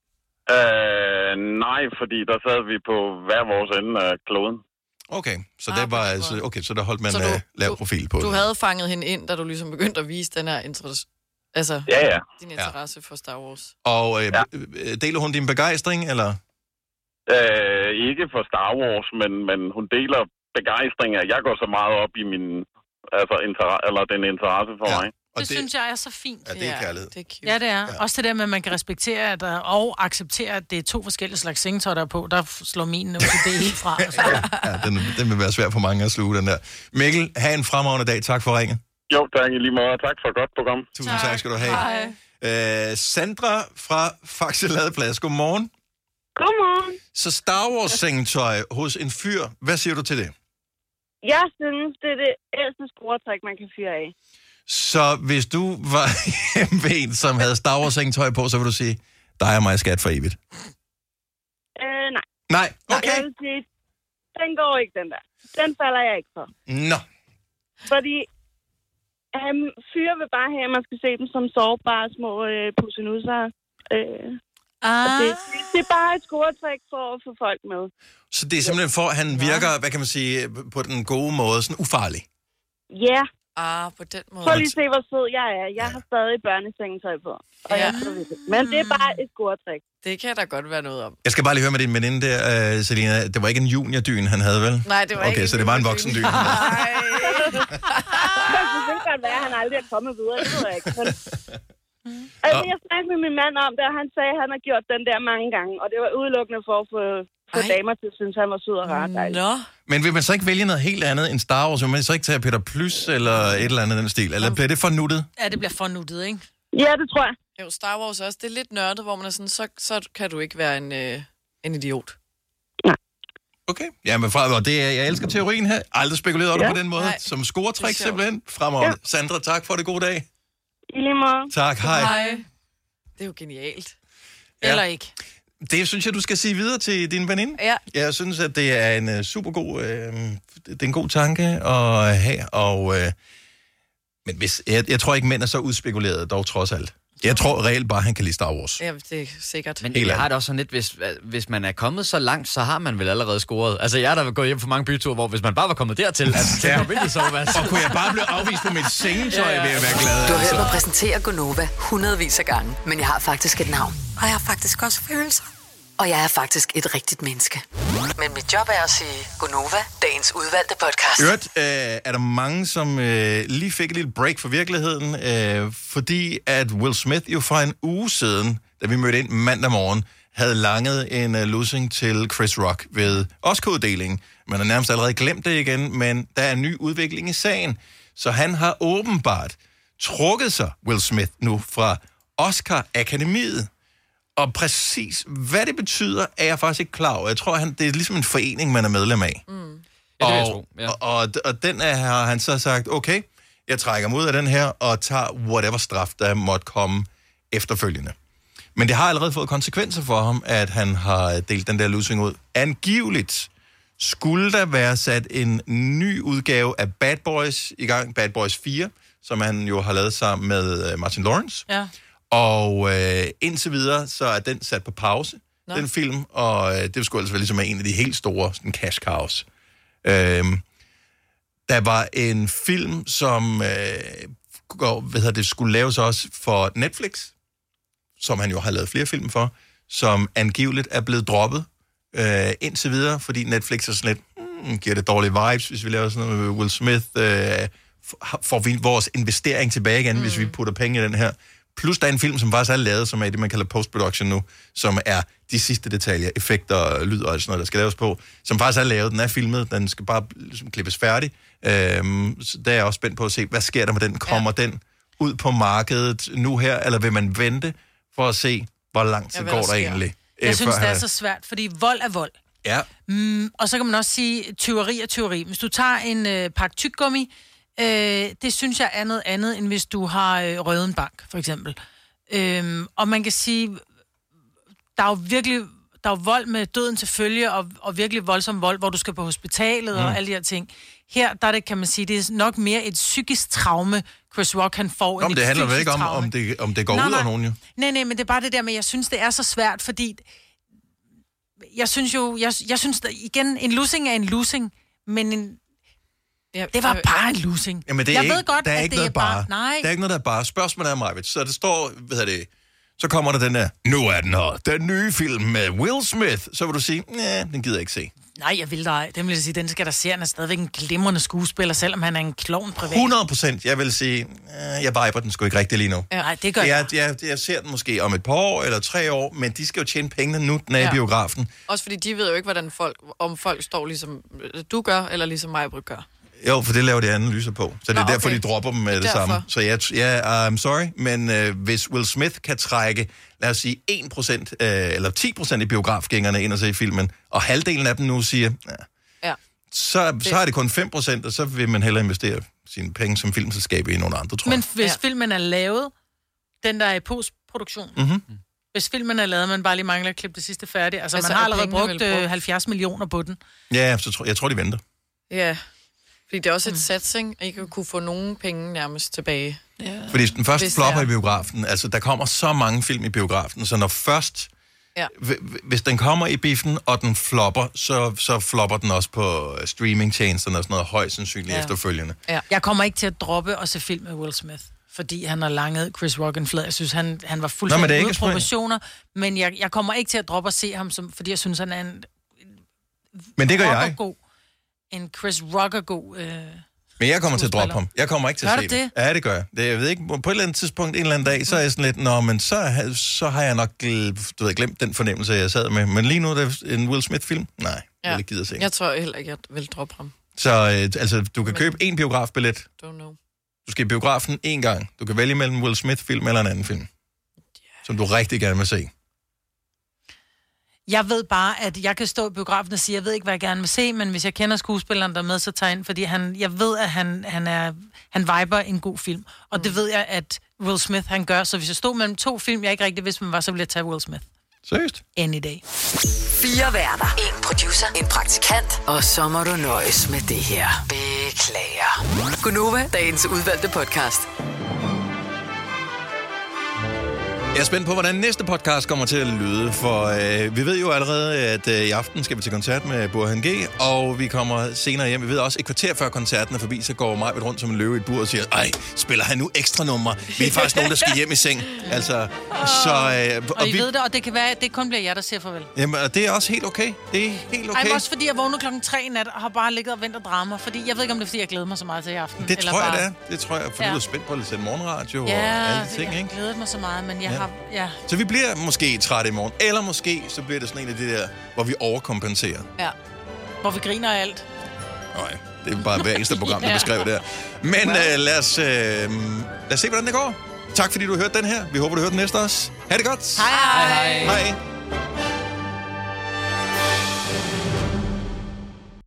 Nej, fordi der sad vi på hver vores ende af kloden. Okay, så det var altså, så der holdt man lav profil på du det. havde fanget hende ind, da du ligesom begyndte at vise den her din interesse for Star Wars. Og deler hun din begejstring, eller? Ikke for Star Wars, men hun deler begejstring, at jeg går så meget op i min den interesse for mig. Det synes jeg er så fint. Ja, det er kærlighed. Det er cute. Ja, det er. Ja. Også det der med, at man kan respektere og acceptere, at det er 2 forskellige slags sengetøj, der er på. Der slår min det helt fra. Den vil være svær for mange at sluge, den der. Mikkel, have en fremragende dag. Tak for ringen. Jo, tak i lige måde. Tak for et godt program. Tusind tak skal du have. Sandra fra Faxe Ladeplads. Godmorgen. Godmorgen. Så Star Wars sengetøj hos en fyr. Hvad siger du til det? Jeg synes, det er det ældste skruetræk, man kan fyre af. Så hvis du var en, som havde Star Wars sengetøj på, så vil du sige, dig og mig skat for evigt? Nej. Nej, okay. Jeg vil sige, den går ikke, den der. Den falder jeg ikke for. Nå. Fordi fyre vil bare have, at man skal se dem som sårbare små pussenusser. Det er bare et scoretræk for at få folk med. Så det er simpelthen for, at han virker, hvad kan man sige, på den gode måde, sådan ufarlig? Ja. På den måde. Prøv lige at se, hvor sød jeg er. Jeg har stadig børnesengetøj på. Og jeg det. Men det er bare et scoretræk. Det kan der godt være noget om. Jeg skal bare lige høre med din veninde der, Selina. Det var ikke en juniordyn, han havde, vel? Nej, det var ikke. Okay, så det var en voksendyn. Det kunne godt være, at han aldrig er kommet videre. Det ved jeg ikke. Men... Altså, jeg snakkede med min mand om det, og han sagde, at han har gjort den der mange gange. Og det var udelukkende for at få damer til at synes, han var sød og rar. Men vil man så ikke vælge noget helt andet end Star Wars? Vil man så ikke tage Peter Plys eller et eller andet den stil? Eller bliver det for nuttet? Ja, det bliver for nuttet, ikke? Ja, det tror jeg. Jo, Star Wars også. Det er lidt nørdet, hvor man er sådan, så kan du ikke være en idiot. Okay. Ja, men og det er, jeg elsker teorien her. Aldrig spekuleret over det på den måde. Nej. Som scoretræk simpelthen. Fremover. Ja. Sandra, tak for det. God dag. I lige måde. Tak, hej. Det er jo genialt. Ja. Eller ikke. Det synes jeg, du skal sige videre til din veninde. Ja. Jeg synes, at det er en super god, det er en god tanke at have. Og, men jeg tror ikke, mænd er så udspekuleret, dog trods alt. Jeg tror reelt bare, han kan lide Star Wars. Ja, det er sikkert. Men jeg har det også sådan lidt, hvis man er kommet så langt, så har man vel allerede scoret. Altså, jeg er der gået hjem for mange byture, hvor hvis man bare var kommet dertil, så kunne jeg sove. Og kunne jeg bare blive afvist på mit sengetøj, vil jeg være glad. Du har hørt mig præsentere Gonova hundredvis af gange, men jeg har faktisk et navn. Og jeg har faktisk også følelser. Og jeg er faktisk et rigtigt menneske. Men mit job er at sige Gonova, dagens udvalgte podcast. Øvrigt er der mange, som lige fik et lille break fra virkeligheden, fordi at Will Smith jo for en uge siden, da vi mødte ind mandag morgen, havde langet en losing til Chris Rock ved Oscar-uddelingen. Man har nærmest allerede glemt det igen, men der er en ny udvikling i sagen. Så han har åbenbart trukket sig, Will Smith, nu fra Oscar-akademiet. Og præcis, hvad det betyder, er jeg faktisk ikke klar over. Jeg tror, det er ligesom en forening, man er medlem af. Ja, det vil jeg tro. Ja. Og den har han så sagt, okay, jeg trækker mig ud af den her, og tager whatever straf, der måtte komme efterfølgende. Men det har allerede fået konsekvenser for ham, at han har delt den der losing ud. Angiveligt skulle der være sat en ny udgave af Bad Boys i gang, Bad Boys 4, som han jo har lavet sammen med Martin Lawrence. Ja. Og indtil videre, så er den sat på pause, den film, og det skulle altså være ligesom en af de helt store sådan cash cows. Der var en film, som skulle laves også for Netflix, som han jo har lavet flere film for, som angiveligt er blevet droppet indtil videre, fordi Netflix er sådan lidt, giver det dårlige vibes, hvis vi laver sådan noget med Will Smith, får vi vores investering tilbage igen, hvis vi putter penge i den her. Plus der er en film, som faktisk er lavet, som er det, man kalder post-production nu, som er de sidste detaljer, effekter, lyd og sådan noget, der skal laves på, som faktisk er lavet. Den er filmet, den skal bare ligesom klippes færdig. Så der er jeg også spændt på at se, hvad sker der med den? Kommer den ud på markedet nu her, eller vil man vente for at se, hvor lang tid går der egentlig? Jeg synes, det er så svært, fordi vold er vold. Ja. Og så kan man også sige, tyveri er tyveri. Hvis du tager en pakke tyggegummi, det synes jeg er noget andet, end hvis du har røvet en bank, for eksempel. Og man kan sige, der er jo vold med døden til følge, og virkelig voldsom vold, hvor du skal på hospitalet og alle de her ting. Her, der er det, kan man sige, det er nok mere et psykisk traume, Chris Rock han får. Nå, men det handler vel ikke om det går ud af nogen, jo? Nej, men det er bare det der med, jeg synes, det er så svært, fordi jeg synes igen, en losing er en losing, men det var bare en losing. Jamen, jeg ved godt, at det er bare... Nej. Der er ikke noget, der er bare. Spørgsmålet er, Majbet, så det står, så kommer der den der, nu er den her, den nye film med Will Smith. Så vil du sige, nej, den gider jeg ikke se. Nej, jeg vil dig. Den vil jeg sige, den skal der se. Han er stadigvæk en glimrende skuespiller, selvom han er en klovn privat. 100%. Jeg vil sige, jeg viber den sgu ikke rigtig lige nu. Nej, det gør jeg. Jeg ser den måske om et par år eller 3 år, men de skal jo tjene pengene nu, den er i biografen. Også fordi de ved jo ikke, hvordan folk står ligesom du gør, eller ligesom Majbrit gør. Jo, for det laver de analyser på. Så det er derfor, de dropper dem med det samme. Så I'm sorry, men hvis Will Smith kan trække, lad os sige, 1% eller 10% i biografgængerne ind og se filmen, og halvdelen af dem nu siger, så er det kun 5%, og så vil man hellere investere sine penge som filmselskab i nogle andre, tror jeg. Men hvis filmen er lavet, den der er i postproduktion, hvis filmen er lavet, man bare lige mangler at klippe det sidste færdigt, altså man har allerede brugt 70 millioner på den. Ja, så jeg tror, de venter. Ja. Fordi det er også et satsing, at I kan kunne få nogen penge nærmest tilbage. Ja. Fordi den første flopper i biografen, altså der kommer så mange film i biografen, så når først, hvis den kommer i biffen, og den flopper, så flopper den også på streamingtjenesterne og sådan noget højst sandsynligt efterfølgende. Ja. Jeg kommer ikke til at droppe og se film med Will Smith, fordi han har langet Chris Rock en flad. Jeg synes, han var fuldstændig ude af proportioner, men jeg kommer ikke til at droppe og se ham, fordi jeg synes, han er en... Men det gør jeg. En Chris Rock er god. Men jeg kommer til at droppe ham. Jeg kommer ikke til at se det? Ja, det gør jeg. Jeg ved ikke, på et eller andet tidspunkt, en eller anden dag, så er jeg sådan lidt, men så har jeg nok glemt den fornemmelse, jeg sad med. Men lige nu er det en Will Smith-film. Nej, jeg vil gider se. Jeg tror heller ikke, jeg vil droppe ham. Så altså, du kan købe en biografbillet. Don't know. Du skal i biografen en gang. Du kan vælge mellem Will Smith-film eller en anden film, som du rigtig gerne vil se. Jeg ved bare, at jeg kan stå i biografen og sige, jeg ved ikke, hvad jeg gerne vil se, men hvis jeg kender skuespilleren der med, så tager jeg ind, fordi jeg ved, at han viber en god film. Og det ved jeg, at Will Smith han gør. Så hvis jeg stod mellem 2 film, jeg ikke rigtig vidste, hvem var, så ville jeg tage Will Smith. Seriøst? Any day. 4 værter. 1 producer. En praktikant. Og så må du nøjes med det her. Beklager. Gunova, dagens udvalgte podcast. Jeg er spændt på, hvordan næste podcast kommer til at lyde, for vi ved jo allerede, at i aften skal vi til koncert med Burhan G, og vi kommer senere hjem. Vi ved også, et kvarter før koncerten er forbi, så går Majbet rundt som en løve i et bur og siger, ej, spiller han nu ekstra numre? Vi er faktisk nogen, der skal hjem i seng. Altså, og I ved det, og det kan være, at det kun bliver jer, der siger farvel. Jamen, og det er også helt okay. Det er helt okay. Ej, også fordi jeg vågnede 3:00 i nat og har bare ligget og ventet drama, fordi jeg ved ikke, om det er, fordi jeg glæder mig så meget til i aften. Det tror jeg, det er. Det tror jeg, fordi du er spændt på at sætte morgenradio og alle de ting, ikke? Jeg glæder mig så meget, men jeg har... Ja. Så vi bliver måske trætte i morgen, eller måske så bliver det sådan en af de der, hvor vi overkompenserer. Ja, hvor vi griner af alt. Nej, det er bare hver eneste program, der beskriver det her. Men lad os se, hvordan det går. Tak fordi du hørte den her. Vi håber, du hørte den næste også. Ha' det godt. Hej. Hej.